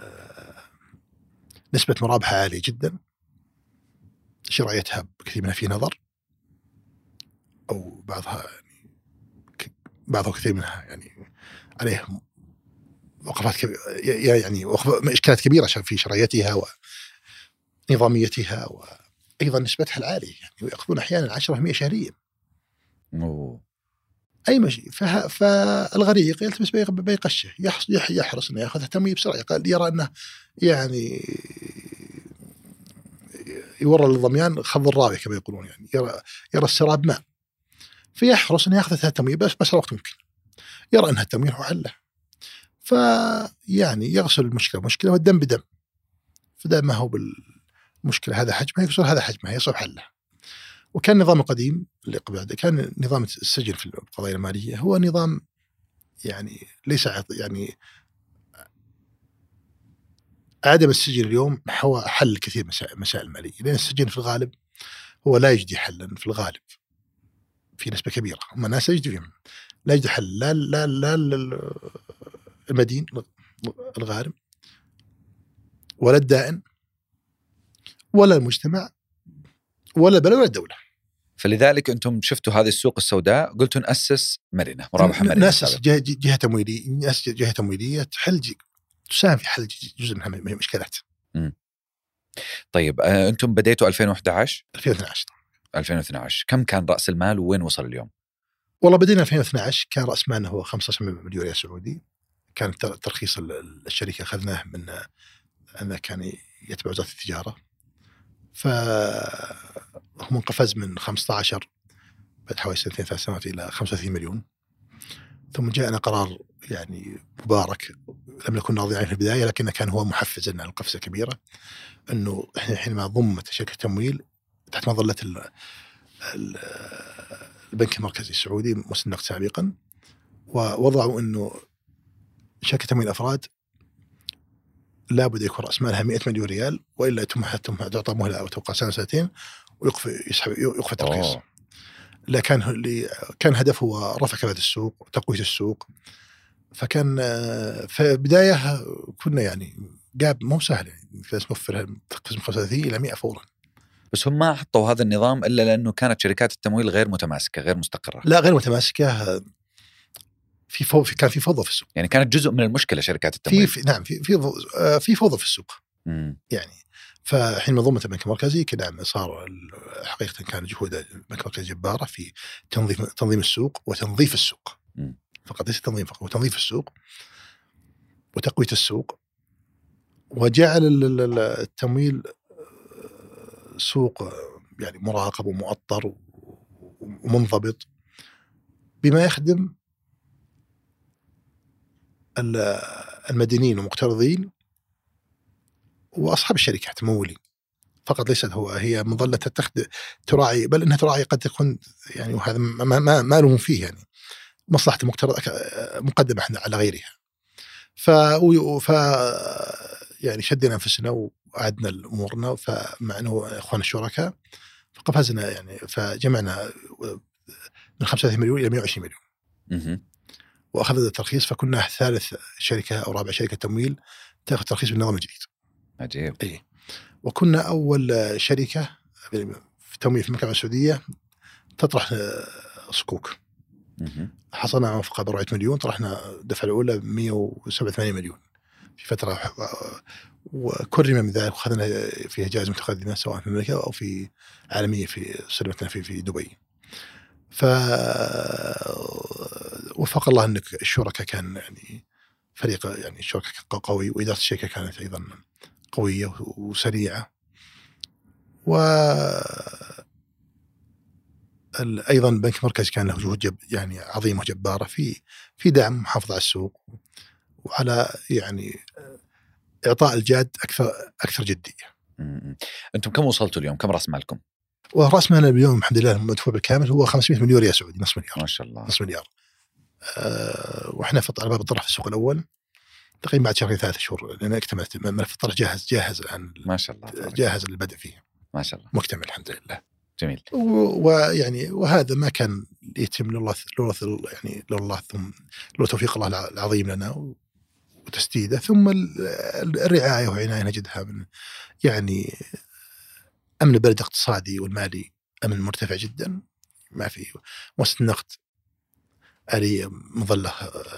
C: نسبة مرابحة عالية جدا، شرايتها بكثير منها في نظر، أو بعضها كثير منها يعني عليه وقفات يعني إشكالات كبيرة في شرايتها ونظاميتها، وأيضا نسبتها العالية يعني يأخذون أحيانا 10% شهريا. أي مشي. فالغريق يلتمس بيقشه، يحرص أنه يأخذ تمويل بسرعة، يرى أنه يعني يورى للضميان خض الراوي كما يقولون، يعني يرى السراب ماء، فيحرص أن يأخذ التمويل بس وقت ممكن، يرى أنها التمويل هو حله، فيعني يغسل المشكلة مشكلة والدم بدم، فده ما هو بالمشكلة هذا حجمها يغسل هذا حجمها يصبح حله. وكان النظام القديم اللي قبل كان نظام السجن في القضايا المالية هو نظام يعني ليس يعني عدم السجن اليوم هو حل كثير مسائل المالية، لأن السجن في الغالب هو لا يجدي حلا في الغالب في نسبة كبيرة، هم الناس يجدي فيهم لا يجدي حل، لا المدين الغارم ولا الدائن ولا المجتمع ولا البلد ولا الدولة.
B: فلذلك أنتم شفتوا هذه السوق السوداء، قلتوا نأسس مرنة، مرابحة مرنة،
C: نأسس جهة تمويلية تحل تساهم في حل جزء من المشكلات.
B: طيب أنتم بديتوا 2011
C: 2012
B: كم كان رأس المال وين وصل اليوم؟
C: والله بدينا 2012 كان رأس مالنا هو 15 مليون ريال سعودي. كان ترخيص الشركة أخذناه من أنه كان يتبع وزارة التجارة، فهم انقفز من 15 بعد حوالي 2-3 سنوات إلى 35 مليون. ثم جاءنا قرار يعني مبارك لم نكن راضين عنه في البداية، لكنه كان هو محفز لنا القفزة كبيرة، أنه إحنا حينما ضمت شركة تمويل تحت مظلة البنك المركزي السعودي مسنق سابقا، ووضعوا أنه شركة تمويل أفراد لابد يكون رأس مالها 100 مليون ريال، وإلا تعطى مهلة أو توقع سنة سنتين ويوقف الترخيص. لا كان هدفه هو رفع كفاءة السوق وتقوية السوق. فكان في بداية كنا يعني جاب مو سهل، يعني لازم نوفر تقفز من 35 إلى 100 فورا.
B: بس هم ما حطوا هذا النظام إلا لأنه كانت شركات التمويل غير متماسكة غير مستقرة.
C: لا غير متماسكة، كان في فوضى في السوق،
B: يعني كانت جزء من المشكلة شركات التمويل.
C: نعم في فوضى في السوق. يعني فحين منظومة البنك المركزي كده صار حقيقة كان جهود البنك المركزي جبارة في تنظيم السوق وتنظيف السوق. فقط ليس تنظيم فقط، وتنظيف السوق وتقوية السوق، وجعل التمويل سوق يعني مراقب ومؤطر ومنضبط بما يخدم المدينين والمقترضين وأصحاب الشركات الممولين فقط. ليست هي مظلة تراعي، بل أنها تراعي قد تكون يعني، وهذا ما لهم فيه يعني، مصلحة المقترض مقدمة على غيرها. يعني شدنا أنفسنا وأعدنا الأمورنا، فمع أنه إخوان الشركاء فقفزنا يعني، فجمعنا من 35 مليون إلى 120 مليون وأخذنا الترخيص، فكنا ثالث شركة أو رابع شركة تمويل تأخذ ترخيص بالنظام الجديد.
B: عجيب.
C: إيه. وكنا أول شركة في تمويل في المملكة السعودية تطرح صكوك. حصلنا على موافقة ب 400 مليون، طرحنا الدفعة الأولى 187 مليون في فترة، وكرم من ذلك وأخذنا فيها جائزة متقدمة سواء في المملكة أو في عالمية في سلمتنا في دبي. وفق الله أن الشركة كان يعني فريق يعني الشركة قوي، وإدارة الشركة كانت أيضا قوية وسريعة، أيضا بنك المركز كان له جهود يعني عظيمة وجبارة في دعم محافظة على السوق وعلى يعني إعطاء الجاد أكثر جدية.
B: أنتم كم وصلتوا اليوم؟ كم رأس مالكم؟
C: ورأس مالنا اليوم الحمد لله مدفوع بالكامل هو 500 مليون ريال سعودي، نصف مليار.
B: ما شاء الله،
C: نصف مليار. وإحنا على باب الطرح في السوق الأول تقريبا بعد شهرين 3 شهور، لأن اكتملت ملف الطرح جاهز الآن.
B: ما شاء الله،
C: جاهز للبدء فيه.
B: ما شاء الله،
C: مكتمل الحمد لله.
B: جميل.
C: ويعني وهذا ما كان يتم لولا الله ثم لولا توفيق الله العظيم لنا وتسديده، ثم الرعاية وعناية نجدها من يعني أمن البلد الاقتصادي والمالي، أمن مرتفع جدا، ما في مؤسسة النقد آلية مظلة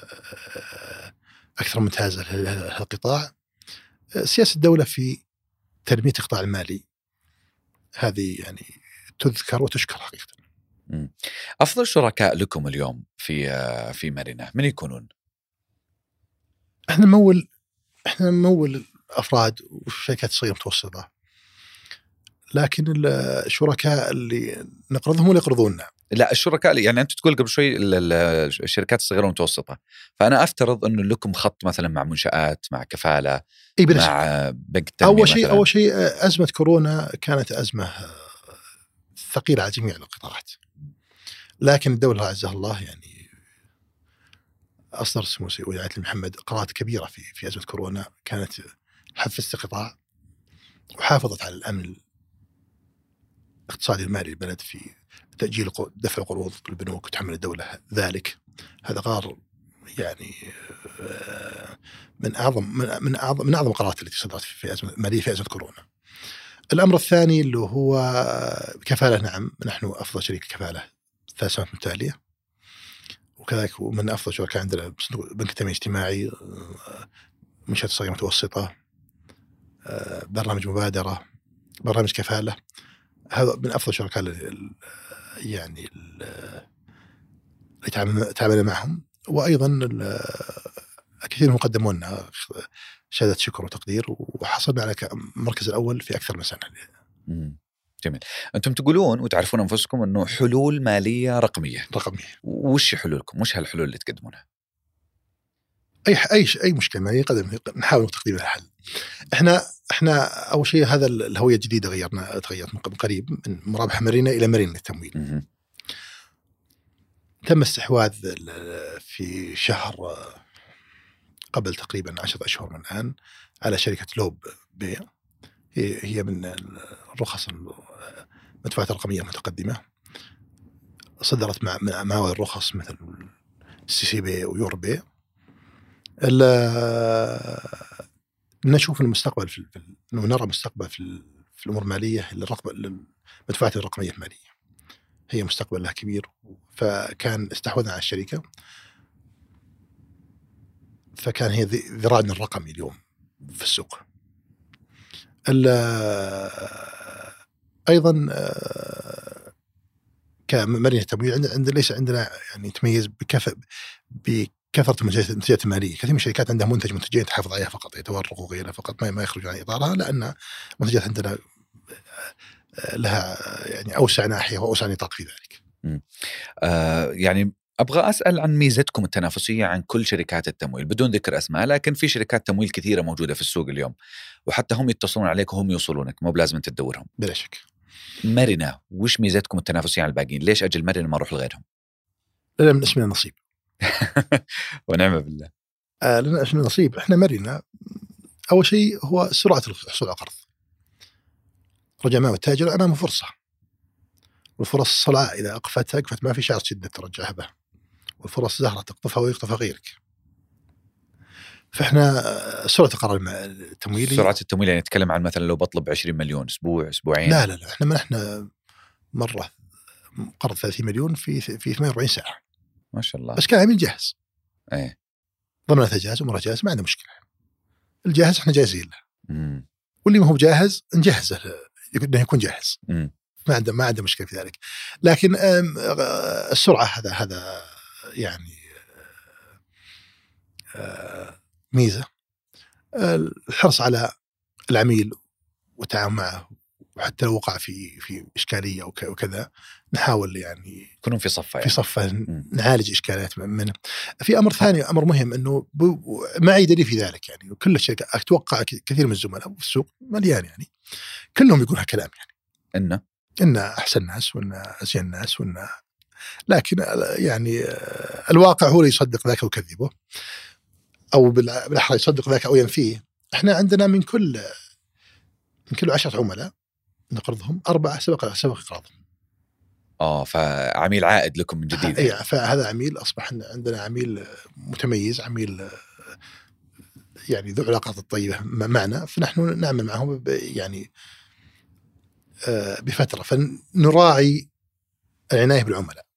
C: أكثر ممتازة لهذا القطاع. سياسة الدولة في تنمية القطاع المالي هذه يعني تذكر وتشكر حقيقة.
B: أفضل شركاء لكم اليوم في مارينا من يكونون؟
C: احنا نمول أفراد وشركات صغيرة متوسطة، لكن الشركاء اللي نقرضهم ولا يقرضوننا.
B: لا، الشركاء يعني أنت تقول قبل شوي الشركات الصغيرة والمتوسطة، فأنا أفترض أنه لكم خط مثلا مع منشآت، مع كفالة، مع بنك التنمية.
C: أول شيء أزمة كورونا كانت أزمة ثقيلة على جميع القطاعات، لكن الدولة عزها الله يعني أصدر سمو ولي العهد محمد قرارات كبيرة في أزمة كورونا، كانت حفزت القطاع وحافظت على الأمن الاقتصادي المالي للبلد في تأجيل دفع القروض للبنوك وتحمل الدولة ذلك. هذا قرار يعني من أعظم القرارات التي صدرت في أزمة مالية في أزمة كورونا. الأمر الثاني اللي هو كفالة. نعم، نحن أفضل شركة كفالة 3 سنوات متتالية، وكذلك ومن أفضل شركاء عندنا بنك التنمية الاجتماعي، منشآت صغيرة متوسطة، برنامج مبادرة، برنامج كفالة. هذا من أفضل شركاء يعني اللي تعاملنا معهم. وأيضا كثير منهم قدموا لنا شهادة شكر وتقدير، وحصلنا على المركز الأول في أكثر من سنة.
B: جميل. أنتم تقولون وتعرفون أنفسكم أنه حلول مالية رقمية. وش حلولكم؟ وش هالحلول اللي تقدمونها؟
C: أي مشكلة مالية نحاول تقديم الحل. إحنا أول شيء هذا الهوية الجديدة تغيرت من قريب من مرابحة مارينا إلى مارينا للتمويل. تم استحواذ في شهر قبل تقريبا 10 أشهر من الآن على شركة لوب بي، هي من الرخص المدفوعات الرقمية المتقدمة، صدرت مع الرخص مثل CCB ويور بي. نشوف المستقبل نرى مستقبل في الأمور المالية المدفوعات الرقمية المالية هي مستقبل لها كبير. فكان استحوذنا على الشركة، فكان هي ذراعنا الرقمي اليوم في السوق. أيضا كمارينا التمويل ليس عندنا يعني تميز بكثرة المنتجات المالية. كثير من الشركات عندها منتجين تحافظ عليها فقط، يتورق وغيرها فقط، ما يخرج عن إطارها، لأن المنتجات عندنا لها يعني أوسع ناحية وأوسع نطاق في ذلك.
B: يعني أبغى أسأل عن ميزتكم التنافسية عن كل شركات التمويل بدون ذكر أسماء، لكن في شركات تمويل كثيرة موجودة في السوق اليوم، وحتى هم يتصلون عليك وهم يوصلونك، مو بلازم أنت تدورهم.
C: بلا شك.
B: مرنة، وش ميزتكم التنافسية على الباقيين؟ ليش أجل مرنة ما أروح لغيرهم؟
C: لنا من اسمنا نصيب.
B: ونعم بالله.
C: لنا اسمنا نصيب. إحنا مرنة. أول شيء هو سرعة الحصول على قرض. رجع معه التاجر أمامه فرصة، والفرص صلعة إذا أقفت ما في شعر شدة ترجعها به، والفرص زهرة تقطفها ويقطفها غيرك. فإحنا سرعة القرار التمويلي.
B: سرعة التمويل يعني نتكلم عن مثلا لو بطلب 20 مليون أسبوع أسبوعين؟
C: لا إحنا مرة قرض 30 مليون في 48 ساعة
B: ما شاء الله.
C: بس كان عميل جاهز.
B: ايه
C: ضمنته جاهز ومرة جاهز، ما عنده مشكلة. الجاهز إحنا جاهزين له. واللي ما هو جاهز نجهزه إنه يكون جاهز. ما عنده مشكلة في ذلك. لكن السرعة هذا يعني ميزة. الحرص على العميل والتعامل معه، وحتى لو وقع في إشكالية وكذا نحاول يعني
B: يكونون في صفة،
C: في صفة نعالج إشكالات منه. في أمر ثاني، أمر مهم، أنه معي دليل في ذلك يعني. وكل الشركات أتوقع كثير من الزملاء في السوق مليان يعني كلهم يقولون هالكلام يعني إن أحسن ناس وإن أزين ناس لكن يعني الواقع هو اللي يصدق ذاك ويكذبه، أو بالأحرى يصدق ذاك أو ينفيه. إحنا عندنا من كل 10 عملاء نقرضهم 4 سبق إقراضهم.
B: فعميل عائد لكم من جديد.
C: يعني فهذا عميل أصبح عندنا عميل متميز، عميل يعني ذو علاقات طيبة معنا، فنحن نعمل معهم يعني بفترة، فنراعي العناية بالعملاء.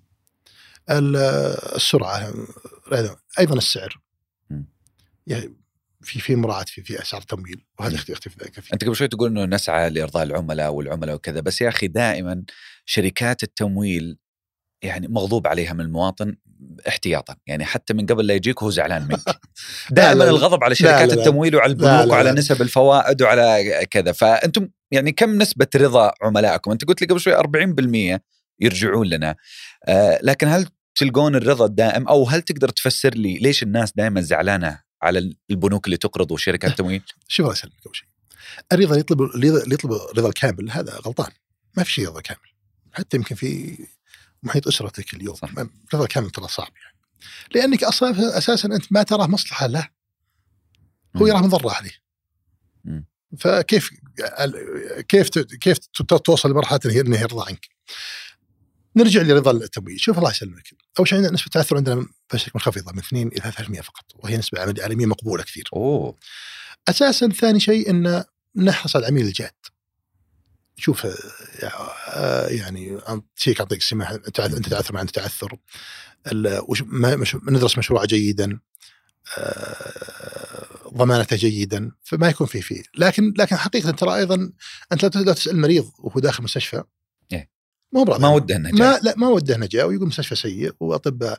C: السرعة أيضا السعر يعني في مراعاة في أسعار التمويل، وهذا يختلف كثير.
B: أنت قبل شوي تقول إنه نسعى لإرضاء العملاء وكذا، بس يا أخي دائما شركات التمويل يعني مغضوب عليها من المواطن احتياطا، يعني حتى من قبل لا يجيك هو زعلان منك. دائما الغضب على شركات التمويل وعلى البنوك وعلى نسب الفوائد وعلى كذا. فأنتم يعني كم نسبة رضا عملائكم؟ أنت قلت لي قبل شوي 40% يرجعون لنا، لكن هل تلقون الرضا الدائم، أو هل تقدر تفسر لي ليش الناس دائما زعلانة على البنوك اللي تقرض وشركات التمويل؟
C: شوف الله يسلمك، أول شيء الرضا يطلب الرضا الكامل، هذا غلطان. ما في شيء رضا كامل، حتى يمكن في محيط أسرتك اليوم رضا كامل ترى صعب يعني، لأنك أصلا أساسا أنت ما تراه مصلحة له، هو يراه مضرة عليه. فكيف توصل لمرحلة أنه يرضى عنك؟ نرجع لرضا التمويل. شوف الله يسلمك، أول شيء نسبة التعثر عندنا منخفضة من 2 إلى 3% فقط، وهي نسبة عالمية مقبولة كثير. أساسا ثاني شيء أن نحرص على العميل الجاد. شوف يعني شيء يعطيك السماح، أنت تعثر مع أنت تعثر، ندرس مشروع جيدا، ضمانته جيدا، فما يكون فيه. لكن حقيقة ترى أيضا أنت لا تسأل المريض وهو داخل مستشفى
B: ما وده نجاة،
C: ما وده نجاة، ويقول مستشفى سيء وأطباء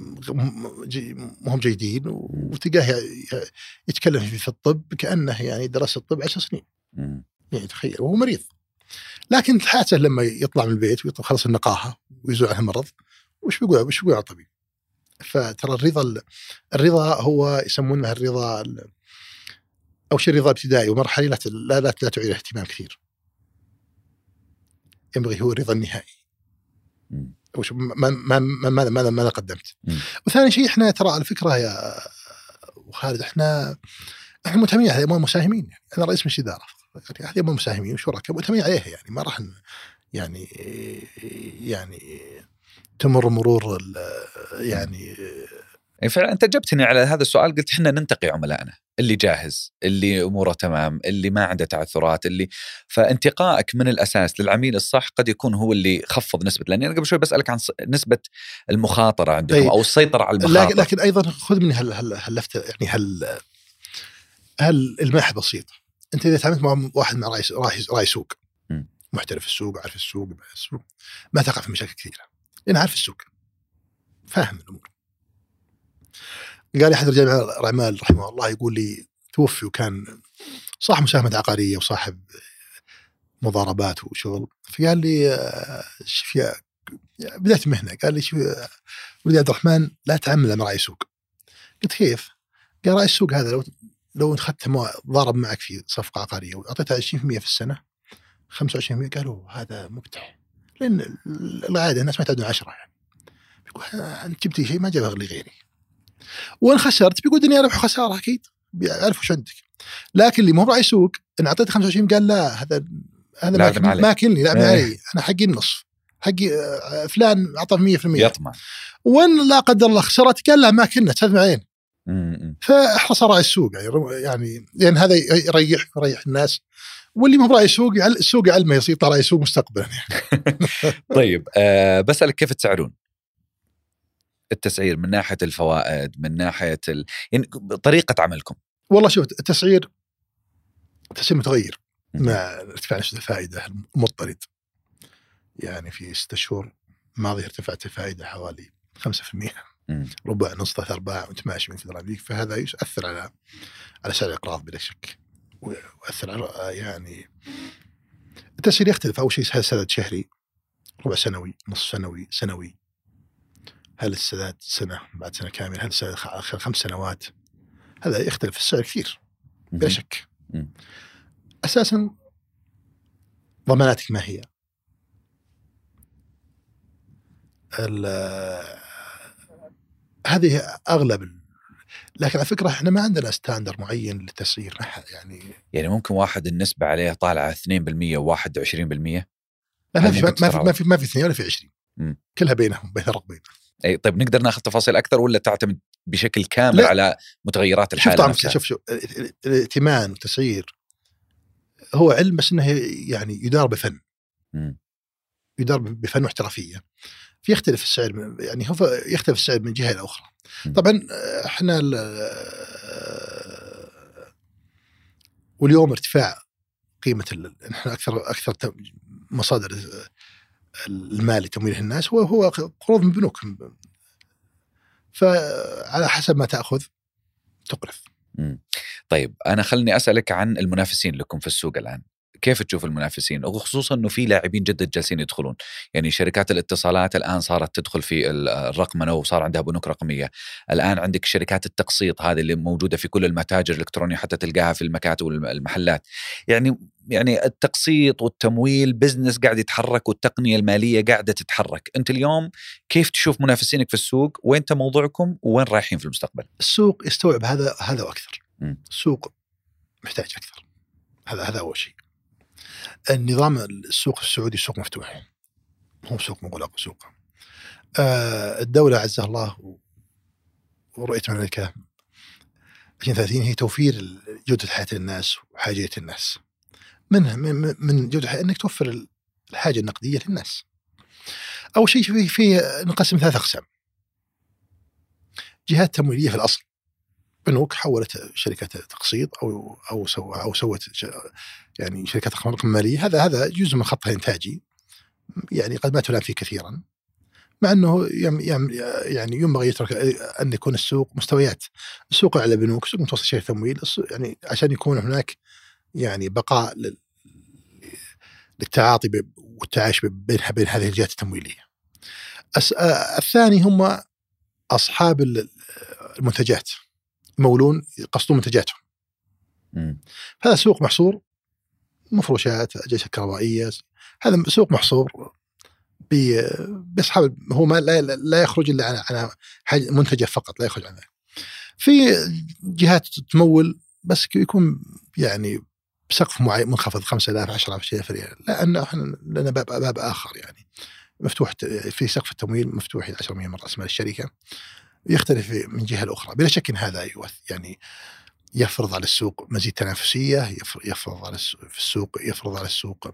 C: مهم جيدين، وتلقاه يتكلم في الطب كأنه يعني درس الطب 10 سنين. يعني تخيل وهو مريض. لكن حاسه لما يطلع من البيت ويطلع خلص النقاهة ويزول عنه المرض، وش بيقول على الطبيب؟ فترى الرضا هو يسمونه الرضا، أو شيء رضا ابتدائي ومرحلي لا تعير اهتمام كثير. ينبغي هو الرضا النهائي. وش ماذا قدمت؟ وثاني شيء احنا ترى على فكرة يا خالد، احنا متهمين على أموال المساهمين. يعني أنا رئيس مجلس إدارة، يعني هذه أموال المساهمين وشركاء متهمين عليها، يعني ما راح يعني تمر مرور يعني.
B: فعلا أنت جبتني على هذا السؤال، قلت إحنا ننتقي عملائنا اللي جاهز، اللي أموره تمام، اللي ما عنده تعثرات، اللي فانتقائك من الأساس للعميل الصح قد يكون هو اللي خفض نسبة. لأني أنا قبل شوي بسألك عن نسبة المخاطرة عندكم أو السيطرة على المخاطرة.
C: لكن أيضا خذ مني هاللفتة، يعني هل الماحة بسيطة. أنت إذا تعاملت مع واحد مع رئيس سوق محترف في السوق، عارف السوق، ما تقع في مشاكل كثيرة، لأنه عارف السوق، فاهم الأمور. قال لي أحد رجال الأعمال رحمه الله، يقول لي توفي وكان صاحب مساهمة عقارية وصاحب مضاربات وشغل، فقال لي بدأت مهنة. قال لي شو ولي عبد الرحمن لا تعمل مع رأي سوق. قلت كيف؟ قال رأي السوق هذا لو أخذت ضارب معك في صفقة عقارية وأعطيتها 20% في السنة 25%، قالوا هذا مبتح، لأن العادة الناس ما تعدون 10 يعني. بيقول أنت جبتي شيء ما جابه غيري، وإن خسرت بيقول دنيا ربح وخسارة أكيد، بيعرف وش عندك. لكن اللي مو برأي سوق إن أعطيته 25 قال لا هذا ما كلني لا علي، أنا حقي النصف، حقي فلان أعطى 100%
B: يطمع،
C: وإن لا قدر الله خسرت قال لا ما كنا تسد معين. فاحرص رأي السوق يعني لأن هذا يريح الناس، واللي مو برأي السوق علمه يصير رأي سوق مستقبلا يعني.
B: طيب بسألك كيف تسعرون؟ التسعير من ناحية الفوائد، من ناحية يعني طريقة عملكم.
C: والله شوف التسعير متغير مع ارتفاع نسبة الفائدة المضطرد. يعني في 6 شهور ماضي ارتفعت الفائدة حوالي 5%، ربع نص 3 أرباع وتماشي من فدرالية، فهذا يؤثر على سعر الأقراض بلا شك، ويؤثر على يعني التسعير يختلف. أول شيء هل سداد شهري، ربع سنوي، نصف سنوي، سنوي، هل السداد سنة بعد سنة كاملة، هل السداد آخر 5 سنوات، هذا يختلف السعر كثير بلا شك. أساسا ضماناتك ما هي؟ هذه أغلب، لكن على فكرة إحنا ما عندنا ستاندر معين للتسعير يعني
B: ممكن واحد النسبة عليه طالعة 2% و21%.
C: ما في 2 ولا في 20، كلها بينهم بين الرقمين.
B: أي طيب نقدر ناخذ تفاصيل أكثر ولا تعتمد بشكل كامل على متغيرات الحالة؟
C: شوف الائتمان والتسعير هو علم، بس إنه يعني يدار بفن، يدار بفن واحترافية. يختلف السعر، يعني هو يختلف السعر من جهة إلى أخرى. طبعا احنا واليوم ارتفاع قيمة احنا أكثر مصادر المال تمويل الناس هو قروض من بنوك، فعلى حسب ما تأخذ تقرض.
B: طيب أنا خلني أسألك عن المنافسين لكم في السوق الآن. كيف تشوف المنافسين، وخصوصا أنه في لاعبين جدد جالسين يدخلون؟ يعني شركات الاتصالات الآن صارت تدخل في الرقمنة وصار عندها بنوك رقمية. الآن عندك شركات التقسيط هذه اللي موجودة في كل المتاجر الإلكترونية، حتى تلقاها في المكاتب والمحلات. يعني التقسيط والتمويل بزنس قاعد يتحرك، والتقنية المالية قاعدة تتحرك. أنت اليوم كيف تشوف منافسينك في السوق، وين موضوعكم، وين رايحين في المستقبل؟
C: السوق يستوعب هذا وأكثر. السوق محتاج أكثر، هذا أول شيء. النظام السوق السعودي سوق مفتوح، هو سوق مغلق. سوق الدولة عزها الله ورؤية المملكة 2030 هي توفير جودة حياة الناس وحاجية الناس. منها من جودة الحياة أنك توفر الحاجة النقدية للناس. أول شيء في نقسم 3 أقسام. جهات تمويلية في الأصل، بنوك حولت شركات تقسيط أو سوت يعني شركات رقم مالية. هذا جزء من خطها الإنتاجي، يعني قد ما تلام فيه كثيرا، مع أنه يعني ينبغي يترك أن يكون السوق مستويات. السوق على بنوك، السوق متوسط شركة تمويل، يعني عشان يكون هناك يعني بقاء للتعاطي والتعايش بين هذه الجهات التمويلية. الثاني هم أصحاب المنتجات، مولون يقصدون منتجاتهم. هذا سوق محصور، مفروشات، أجهزة كهربائية. هذا سوق محصور بأصحاب، هو ما لا يخرج إلا عن حاجة منتجة فقط، لا يخرج عنها. في جهات تمول بس يكون يعني بسقف معين منخفض 5000 10,000 ريال، لأن احنا لنا باب آخر يعني مفتوح في سقف التمويل، مفتوح 10 مليون من رأس مال الشركة، يختلف من جهة الأخرى. بلا شك إن هذا يعني يفرض على السوق مزيد تنافسية، يفرض على السوق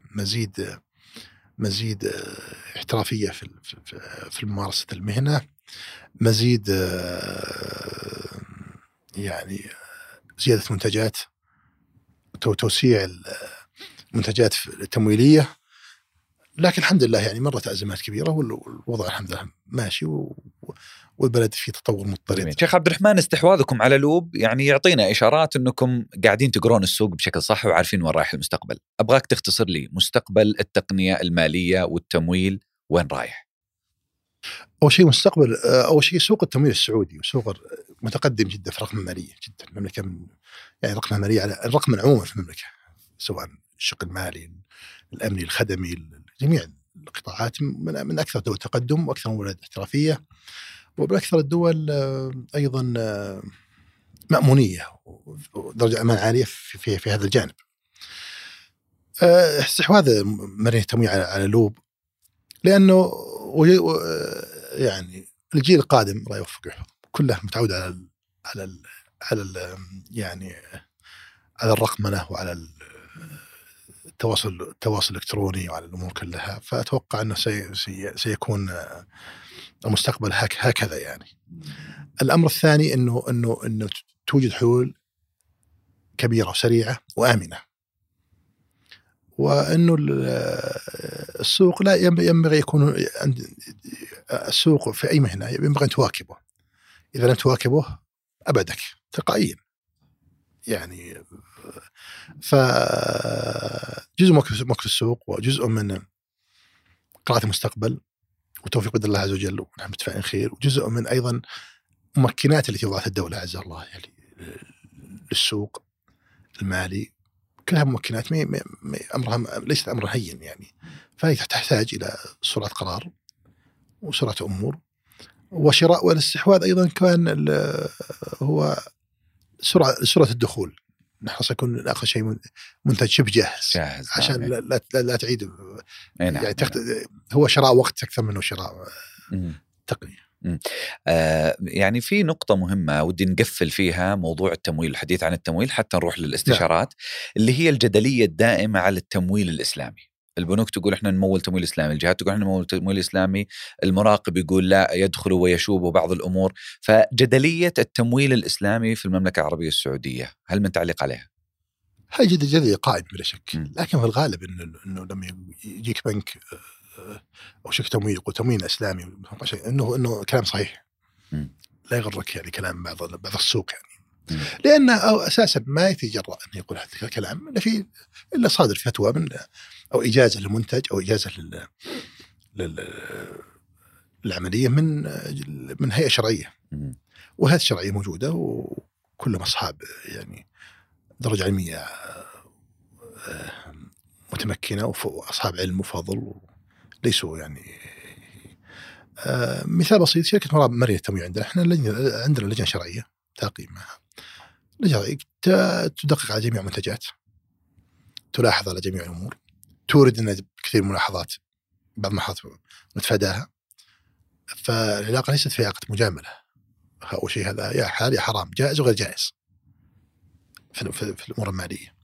C: مزيد احترافية في ممارسة المهنة، مزيد يعني زيادة منتجات، توسيع المنتجات التمويلية. لكن الحمد لله يعني مرت أزمات كبيرة، والوضع الحمد لله ماشي، والبلد في تطور مضطرد.
B: شيخ عبد الرحمن، استحواذكم على لوب يعني يعطينا إشارات أنكم قاعدين تقرون السوق بشكل صح وعارفين وين رايح المستقبل. أبغاك تختصر لي مستقبل التقنية المالية والتمويل وين رايح؟
C: أول شيء سوق التمويل السعودي وسوق متقدم جدا في الرقم المالية جدا. المملكة يعني الرقم المالية على الرقم عموما في المملكة، سواء الشق المالي الأمني الخدمي جميع القطاعات من أكثر دول تقدم وأكثر مولد احترافية، وبأكثر الدول أيضا مأمونية ودرجة أمان عالية في هذا الجانب. استحواذ مرينة التمويل على لوب، لأنه يعني الجيل القادم الله يوفقه كله متعود على الرقمنة وعلى التواصل الإلكتروني وعلى الأمور كلها، فأتوقع أنه سيكون المستقبل هكذا يعني. الأمر الثاني إنه توجد حلول كبيرة وسريعة وآمنة، وإنه السوق لا ينبغي يكون السوق في أي مهنة ينبغي أن تواكبه. إذا لم تواكبه أبدك تلقائيا يعني. فجزء موقف السوق وجزء من قراءة المستقبل وتوفيق بإذن الله عز وجل ونحن متفائلين خير، وجزء من أيضا ممكنات التي وضعتها الدولة عز الله يعني للسوق المالي، كلها ممكنات أمرها ليست أمر هين يعني. فهي تحتاج إلى سرعة قرار وسرعة أمور وشراء. والاستحواذ أيضا كان هو سرعة الدخول. نحن سيكون آخر شيء منتج شبه جاهز عشان لا تعيد يعني هو شراء وقت أكثر منه شراء تقنية.
B: يعني في نقطة مهمة ودي نقفل فيها موضوع التمويل، الحديث عن التمويل حتى نروح للاستشارات اللي هي الجدلية الدائمة على التمويل الإسلامي. البنوك تقول إحنا نمول تمويل إسلامي، الجهات تقول إحنا نمول تمويل إسلامي، المراقب يقول لا يدخل ويشوب بعض الأمور. فجدلية التمويل الإسلامي في المملكة العربية السعودية، هل من تعليق عليها؟
C: هاي جدلية قائمة بلا شك، لكن في الغالب إنه لما يجيك بنك أو شركة تمويل يقول تمويل إسلامي إنه كلام صحيح. لا يغرك يعني كلام بعض السوق يعني. لأنه أساسا ما يتجرأ أن يقول هذا الكلام إلا صادر فتوى من أو إجازة للمنتج أو إجازة للعملية من هيئة شرعية، وهذه الشرعية موجودة وكلهم أصحاب يعني درجة علمية متمكنة وأصحاب علم وفضل، ليسوا يعني مثال بسيط. شركة مرينة التمويل عندنا إحنا عندنا لجنة شرعية تقييم معها، لجنة تدقق على جميع المنتجات، تلاحظ على جميع الأمور، تورد لنا كثير من الملاحظات، بعض الملاحظات نتفاداها. فالعلاقة ليست في علاقة مجاملة أو شيء، هذا يا حلال يا حرام، جائز وغير جائز في الأمور المالية.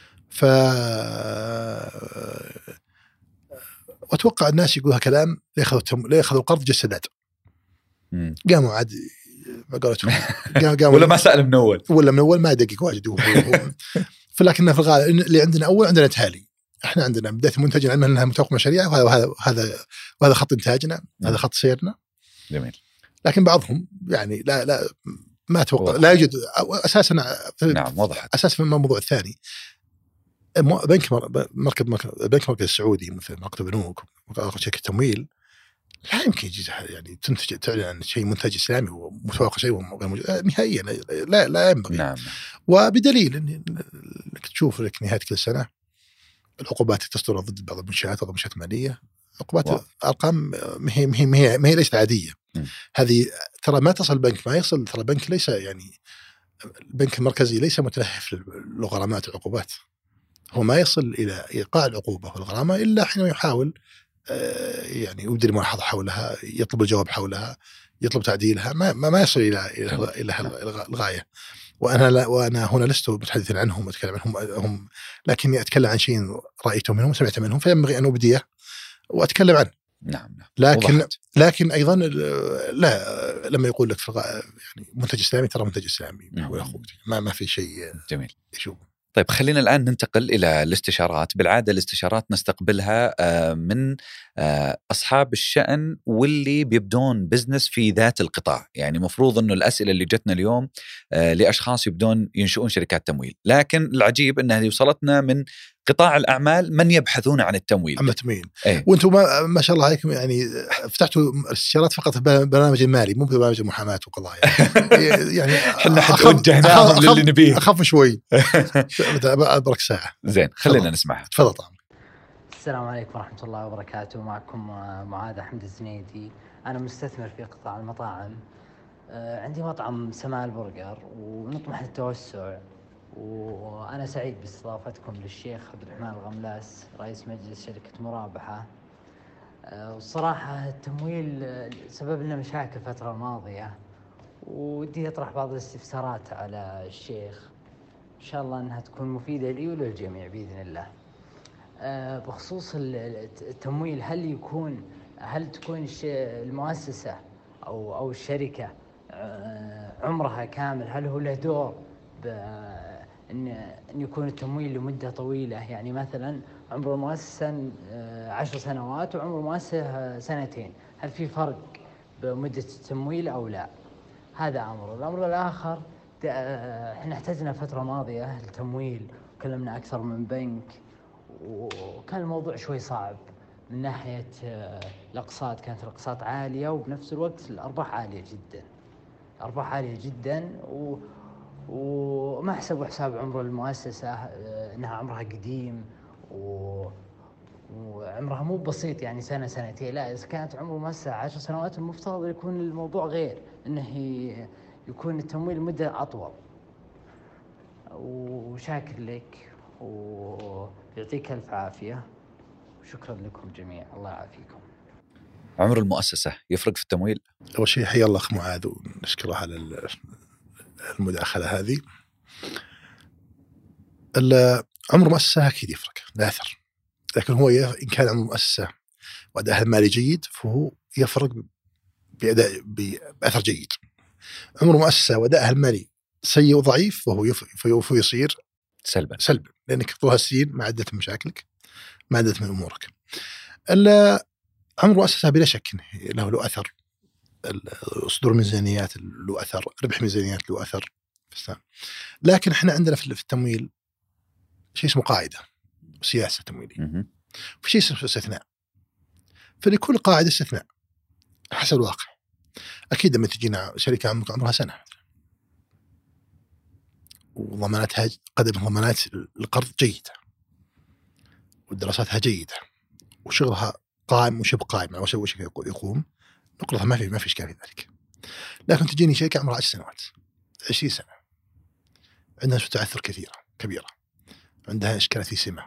C: وأتوقع الناس يقولها كلام لا يأخذوا القرض جسدات. قاموا عاد ما قالتهم
B: ولا ما سأل من أول
C: ما دقيق واجد فلكن في الغالب اللي عندنا أول عندنا تالي. إحنا عندنا بداية المنتج علما أنها متوقع مشاريع، وهذا خط إنتاجنا، هذا خط سيرنا.
B: جميل.
C: لكن بعضهم يعني لا ما أتوقع لا يوجد أساسا.
B: نعم وضحت.
C: أساس في الموضوع الثاني بنك مركز السعودي مثل مركز بنوك شركة تمويل لا يمكن يجي يعني تنتج تعلن عن شيء منتج إسلامي ومتوقع شيء نهائيا لا ينبغي.
B: نعم.
C: وبدليل إنك تشوف لك نهاية كل سنة العقوبات تصدر ضد بعض المنشآت أو منشآت مالية، عقوبات أرقام ما هي ليست عادية. هذه ترى ما تصل البنك ما يصل، ترى البنك ليس يعني البنك المركزي ليس متلهف للغرامات والعقوبات، هو ما يصل إلى إيقاع العقوبة والغرامة إلا حين يحاول يعني يبدي الملاحظة حولها، يطلب الجواب حولها، يطلب تعديلها، ما يصل إلى الغاية. وأنا هنا لست متحدثا عنهم وأتكلم عنهم هم، لكني أتكلم عن شيء رأيته منهم وسمعت منهم، فينبغي أن أبديه وأتكلم عنه.
B: نعم.
C: لكن أيضا لا، لما يقول لك يعني منتج إسلامي ترى منتج إسلامي ما في شيء
B: جميل
C: يشوفه.
B: طيب خلينا الآن ننتقل إلى الاستشارات. بالعادة الاستشارات نستقبلها من أصحاب الشأن واللي بيبدون بزنس في ذات القطاع. يعني مفروض أنه الأسئلة اللي جتنا اليوم لأشخاص يبدون ينشؤون شركات تمويل، لكن العجيب أنها وصلتنا من قطاع الأعمال من يبحثون عن التمويل.
C: أما تمويل. وأنتم ما شاء الله عليكم يعني فتحتوا استشارات فقط في برنامج المالي، مو برنامج المحاماة وقضايا. يعني
B: احنا حتوجهناهم للي نبيه.
C: أخاف شوي. أبرك ساعة.
B: زين، خلينا نسمعها.
C: تفضل طبعا.
D: السلام عليكم ورحمة الله وبركاته. معكم معاذ أحمد الزنيدي. أنا مستثمر في قطاع المطاعم. عندي مطعم سماء البرجر ونطمح للتوسع، وأنا سعيد باستضافتكم للشيخ عبد الرحمن الغملاس رئيس مجلس شركة مرابحة. والصراحة التمويل سبب لنا مشاكل الفترة الماضية، ودي أطرح بعض الاستفسارات على الشيخ إن شاء الله أنها تكون مفيدة لي وللجميع بإذن الله. بخصوص التمويل، هل تكون المؤسسة أو الشركة عمرها كامل؟ هل هو له دور أن يكون التمويل لمدة طويلة؟ يعني مثلا عمر المؤسسة 10 سنوات وعمر المؤسسة 2 هل في فرق بمدة التمويل أو لا؟ هذا أمر. الأمر الآخر، احنا احتجنا فترة ماضية للتمويل وكلمنا أكثر من بنك، وكان الموضوع شوي صعب من ناحية الأقساط. كانت الأقساط عالية وبنفس الوقت الأرباح عالية جدا، وما حسبوا حساب عمر المؤسسة إنها عمرها قديم وعمرها مو بسيط، يعني سنة 2 لا، إذا كانت عمر المؤسسة 10 سنوات المفترض يكون الموضوع غير، إنه يكون التمويل مدة أطول. وشاكر لك ويعطيك ألف عافية، وشكرا لكم جميعا، الله يعافيكم.
B: عمر المؤسسة يفرق في التمويل؟
C: أول شيء حيا الله أخ معاذ ونشكره على المداخلة هذه. عمر المؤسسة أكيد يفرق، لا أثر، لكن هو إن كان عمر المؤسسة وأداءها المالي جيد فهو يفرق بأثر جيد. عمر المؤسسة وأداءها المالي سيء وضعيف فهو يصير سلبا، لأنك طول هالسنين ما عدت من مشاكلك، ما عدت من أمورك. عمر المؤسسة بلا شك له أثر، صدور ميزانيات له أثر، ربح ميزانيات له أثر، لكن إحنا عندنا في التمويل شيء اسمه قاعدة سياسة تمويلية، في شيء اسمه استثناء، فلكل قاعدة استثناء حسب الواقع. أكيد لما تجينا شركة عمرها سنة وضماناتها قدم ضمانات القرض جيدة ودراساتها جيدة وشغلها قائم وشبه قائم على وش يقوم، نقرضها ما في إشكال في ذلك. لكن تجيني شركة عمرها 10 سنوات 20 سنة عندها تعثر كبيرة، عندها إشكالات في سمة،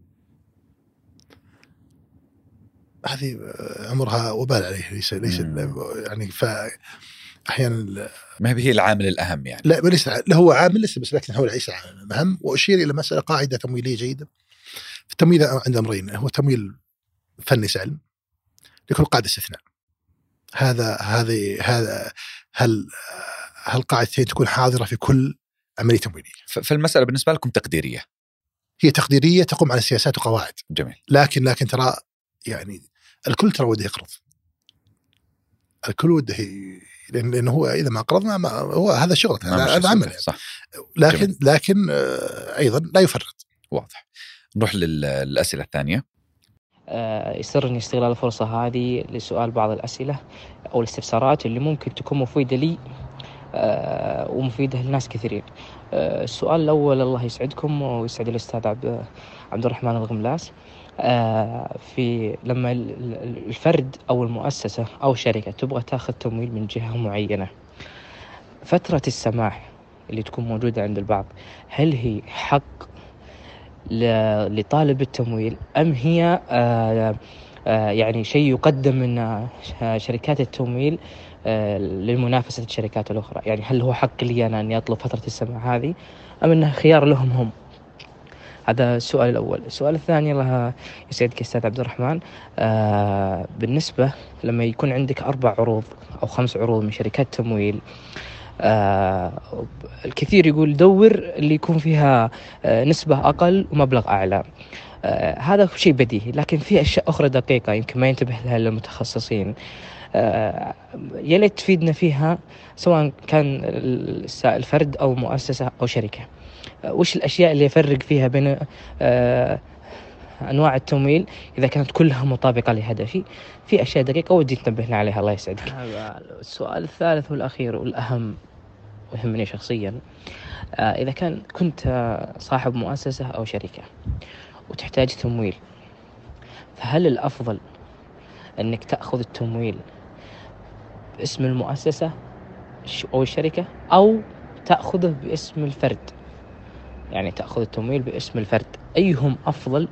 C: هذه عمرها وبال عليه، ليس يعني أحيانا
B: ما هي العامل الأهم يعني.
C: لا ليس هو عامل لسه، بس لكن هو ليس العامل الأهم. وأشير إلى مسألة قاعدة تمويلية جيدة. في التمويل عند أمرين، هو تمويل فني سهل، لكل قاعدة استثناء. هل قاعدتين تكون حاضرة في كل عملية تمويلية؟
B: فالمسألة بالنسبة لكم تقديرية؟
C: هي تقديرية تقوم على سياسات وقواعد.
B: جميل.
C: لكن ترى يعني الكل ترى وده يقرض، الكل وده لأنه هو إذا ما قرضنا هو هذا شغل، هذا عمل يعني.
B: صح.
C: لكن أيضا لا يفرط.
B: واضح. نروح للأسئلة الثانية.
E: يسرني استغلال الفرصة هذه لسؤال بعض الأسئلة أو الاستفسارات اللي ممكن تكون مفيدة لي ومفيدة للناس كثيرين. السؤال الأول، الله يسعدكم ويسعد الأستاذ عبد الرحمن الغملاس، في لما الفرد أو المؤسسة أو الشركة تبغى تأخذ تمويل من جهة معينة، فترة السماح اللي تكون موجودة عند البعض، هل هي حق لطالب التمويل أم هي يعني شيء يقدم من شركات التمويل للمنافسة الشركات الأخرى؟ يعني هل هو حق لي أنا أن أطلب فترة السماح هذه أم أنه خيار لهم هم؟ هذا السؤال الأول. السؤال الثاني، الله يسعدك أستاذ عبد الرحمن، بالنسبة لما يكون عندك 4 عروض أو 5 عروض من شركات تمويل، الكثير يقول دور اللي يكون فيها نسبة أقل ومبلغ أعلى. هذا شيء بديهي، لكن في أشياء أخرى دقيقة يمكن ما ينتبه لها المتخصصين، يلي تفيدنا فيها سواء كان الفرد أو مؤسسة أو شركة. وش الأشياء اللي يفرق فيها بين أنواع التمويل إذا كانت كلها مطابقة لهدفي، في أشياء دقيقة ودي تنبهنا عليها. الله يسعدك. السؤال الثالث والأخير والأهم ويهمني شخصيا، إذا كنت صاحب مؤسسة أو شركة وتحتاج تمويل، فهل الأفضل أنك تأخذ التمويل باسم المؤسسة أو الشركة، أو تأخذه باسم الفرد؟ يعني تأخذ التمويل باسم الفرد، أيهم أفضل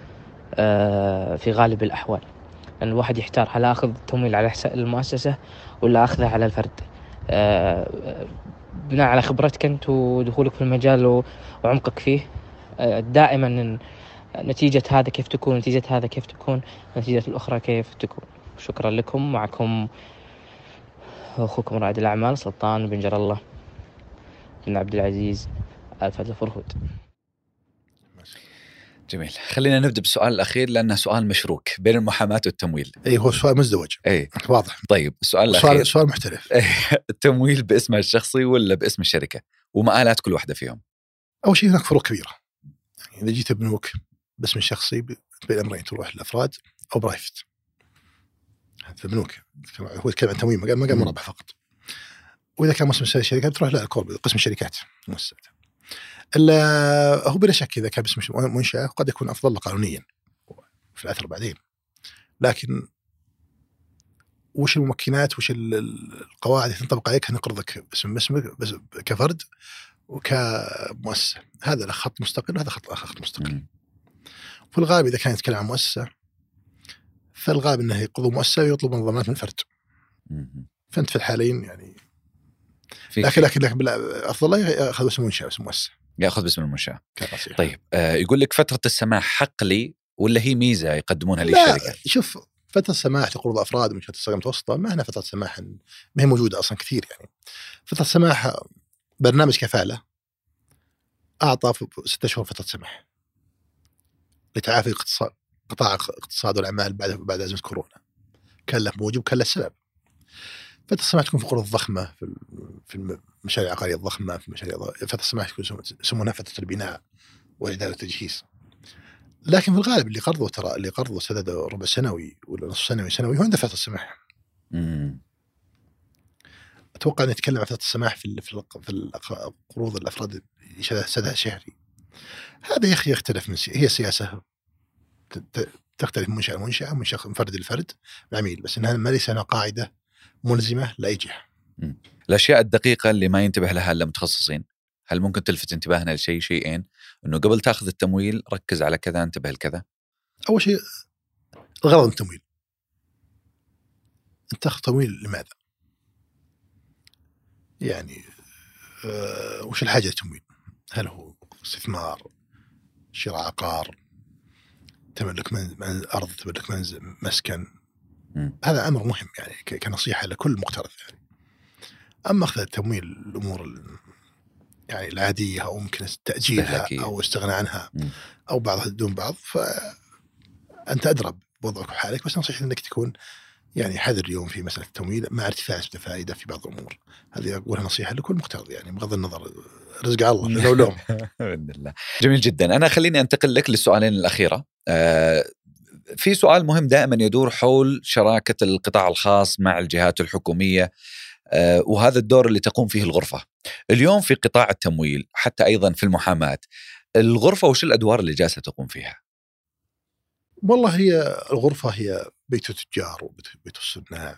E: في غالب الأحوال؟ لأن الواحد يحتار، هل أخذ التمويل على حساب المؤسسة ولا أخذه على الفرد؟ بناء على خبرتك أنت ودخولك في المجال وعمقك فيه، دائما نتيجة هذا كيف تكون، نتيجة هذا كيف تكون، نتيجة الأخرى كيف تكون. شكرا لكم. معكم أخوكم رائد الأعمال سلطان بن جر الله بن عبد العزيز الفتى فرهود.
B: جميل. خلينا نبدأ بالسؤال الأخير لأنه سؤال مشروك بين المحاماة والتمويل.
C: هو سؤال مزدوج. واضح.
B: طيب السؤال الأخير،
C: سؤال محترف.
B: التمويل باسمه الشخصي ولا باسم الشركة، ومآلات كل واحدة فيهم؟
C: أول شيء هناك فروق كبيرة. يعني إذا جيت بنوك باسم الشخصي بين الأمرين، تروح للأفراد أو برايفت. هذا بنوك هو يتكلم عن تمويل، ما قال مربح فقط. وإذا كان مسمى الشركات تروح للكورب قسم الشركات مؤسسات. هو بلا شك إذا كان باسم منشأة قد يكون أفضل قانونيا في الأثر بعدين، لكن وش الممكنات، وش القواعد تنطبق عليك أن يقرضك باسمك بس كفرد وكمؤسسة؟ هذا له خط مستقل وهذا خط مستقل. في الغالب إذا كان يتكلم عن مؤسسة، فالغالب أنه يقضوا مؤسسة ويطلب ضمانات من فرد. فأنت في الحالين يعني لكن بالأفضل لا يأخذ باسم منشأة، باسم مؤسسة،
B: يأخذ باسم المنشأة. طيب يقول لك فترة السماح حق لي ولا هي ميزة يقدمونها للشركة؟
C: شوف، فترة السماح لقروض أفراد ومنشآت الصغيرة المتوسطة ما هنا فترة سماح ما هي موجودة أصلا كثير. يعني فترة السماح برنامج كفالة أعطى 6 شهور فترة سماح لتعافي قطاع الاقتصاد والأعمال بعد أزمة كورونا. كان له موجب وكان له سبب. فترة السماح تكون في قروض ضخمة، في المشاريع العقارية الضخمة، في مشاريع فترة السماح تكون يسمونها فترة البناء وإعداد التجهيز. لكن في الغالب اللي قرضوا سدد ربع سنوي ولا نصف سنوي هو عنده فترة السماح. أتوقع أن يتكلم عن فترة السماح في القروض الأفراد سدد شهري. هذا يا أخي يختلف هي سياسة تختلف من منشأة لمنشأة، من فرد لفرد العميل، بس إنها ما ليس قاعدة ملزمة لأي جهة.
B: الأشياء الدقيقة اللي ما ينتبه لها إلا متخصصين، هل ممكن تلفت انتباهنا شيئين؟ إنه قبل تأخذ التمويل ركز على كذا، انتبه لكذا.
C: أول شيء الغرض من التمويل. أنت تأخذ تمويل لماذا؟ يعني وش الحاجة للتمويل؟ هل هو استثمار، شراء عقار، تملك أرض، تملك منزل، مسكن؟ هذا أمر مهم يعني كنصيحة لكل مقترض. يعني أما أخذ التمويل الأمور يعني العادية أو ممكن تأجيلها أو استغناء عنها أو بعضها دون بعض، فأنت أدرى بوضعك وحالك. بس نصيحة أنك تكون يعني حذر اليوم في مسألة التمويل مع ارتفاع نسبة الفائدة في بعض الأمور. هذه أقولها نصيحة لكل مقترض، يعني بغض النظر رزق الله لو لوم.
B: بإذن الله. جميل جدا. أنا خليني أنتقل لك للسؤالين الأخيرة. في سؤال مهم دائما يدور حول شراكة القطاع الخاص مع الجهات الحكومية، وهذا الدور اللي تقوم فيه الغرفة اليوم في قطاع التمويل، حتى أيضا في المحاماة. الغرفة وش الأدوار اللي جالسة تقوم فيها؟
C: والله هي الغرفة هي بيت التجار وبيت الصناع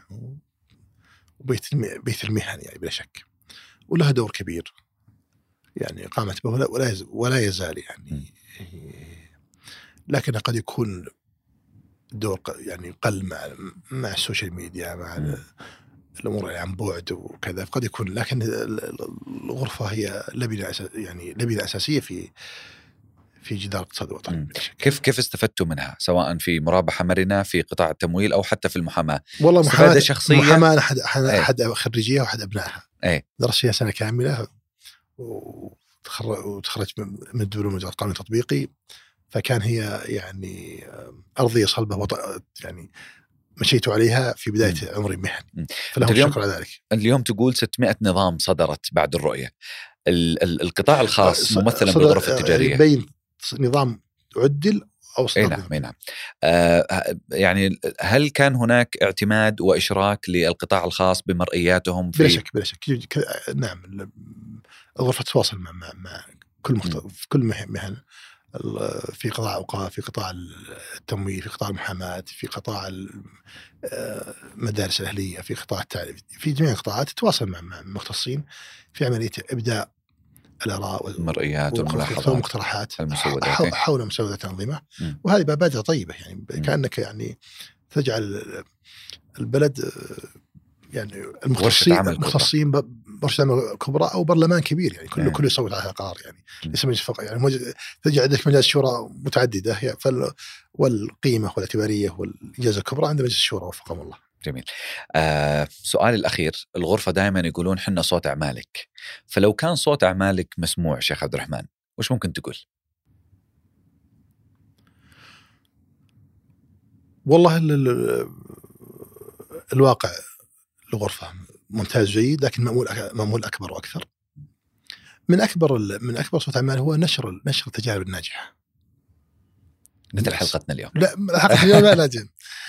C: وبيت المهن يعني بلا شك، ولها دور كبير يعني قامت به ولا يزال يعني. لكن قد يكون دور يعني قل مع السوشيال ميديا، مع الأمور عن بعد وكذا قد يكون. لكن الغرفة هي لبنة أساسية في جدار الاقتصاد الوطني.
B: كيف استفدتوا منها سواء في مرابحة مرنة في قطاع التمويل أو حتى في المحاماة؟
C: والله
B: محاماة شخصية.
C: محاماة أحد خريجيها وأحد أبنائها. درس فيها سنة كاملة وتخرج من الدبلوم القانوني التطبيقي، فكان هي يعني أرضية صلبة يعني مشيت عليها في بداية عمري المهني، فلهم الشكر على ذلك.
B: اليوم تقول 600 نظام صدرت بعد الرؤية. القطاع الخاص ممثلا بالغرف التجارية
C: بين نظام عدل أوسط
B: نعم نعم. يعني هل كان هناك اعتماد وإشراك للقطاع الخاص بمرئياتهم
C: بلا شك نعم. الغرفة تتواصل مع في كل مهن، في قطاع الأوقاف، في قطاع التمويل، في قطاع المحاماة، في قطاع المدارس الأهلية، في قطاع التعليم، في جميع القطاعات تتواصل مع المختصين في عملية إبداء الآراء
B: والمرئيات
C: والمقترحات حول مسودة الأنظمة. وهذه بادرة طيبة، يعني كأنك يعني تجعل البلد يعني المختصين ورشة عمل كبرى أو برلمان كبير، يعني كله يصوت على قرار، يعني ليس مجلس فقط، يعني تجعل عندك مجالس شورى متعددة، والقيمة والاعتبارية والإنجاز الكبرى عند مجلس الشورى وفقهم الله.
B: جميل. سؤال الأخير، الغرفة دائما يقولون حنا صوت أعمالك، فلو كان صوت أعمالك مسموع شيخ عبد الرحمن وش ممكن تقول؟
C: والله الواقع الغرفة ممتاز جيد، لكن مأمول أكبر وأكثر. من أكبر صوت أعمال هو نشر التجارب الناجحة
B: مثل حلقتنا اليوم.
C: لا حلقة اليوم لا لازم.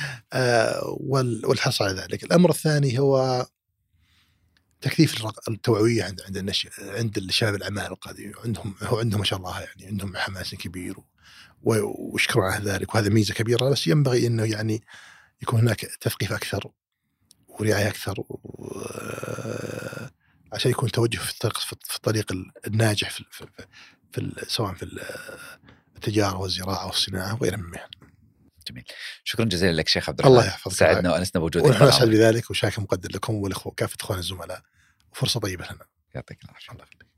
C: والحرص على ذلك. الأمر الثاني هو تكثيف التوعوية عند الشباب الأعمال القادمين. عندهم ما شاء الله، يعني عندهم حماس كبير ويشكرون على ذلك، وهذا ميزة كبيرة. بس ينبغي أنه يعني يكون هناك تثقيف أكثر ورعاية أكثر، عشان يكون توجه في الطريق الناجح سواء في التجارة والزراعة والصناعة وغيرها من المهن.
B: جميل. شكرا جزيلا لك شيخ عبد الرحمن.
C: الله يحفظك.
B: سعدنا وأنسنا بوجودك.
C: ونحن نسعد بذلك، وشاكر مقدر لكم ولكافة إخوان الزملاء، وفرصة طيبة لنا.
B: يعطيك العافية.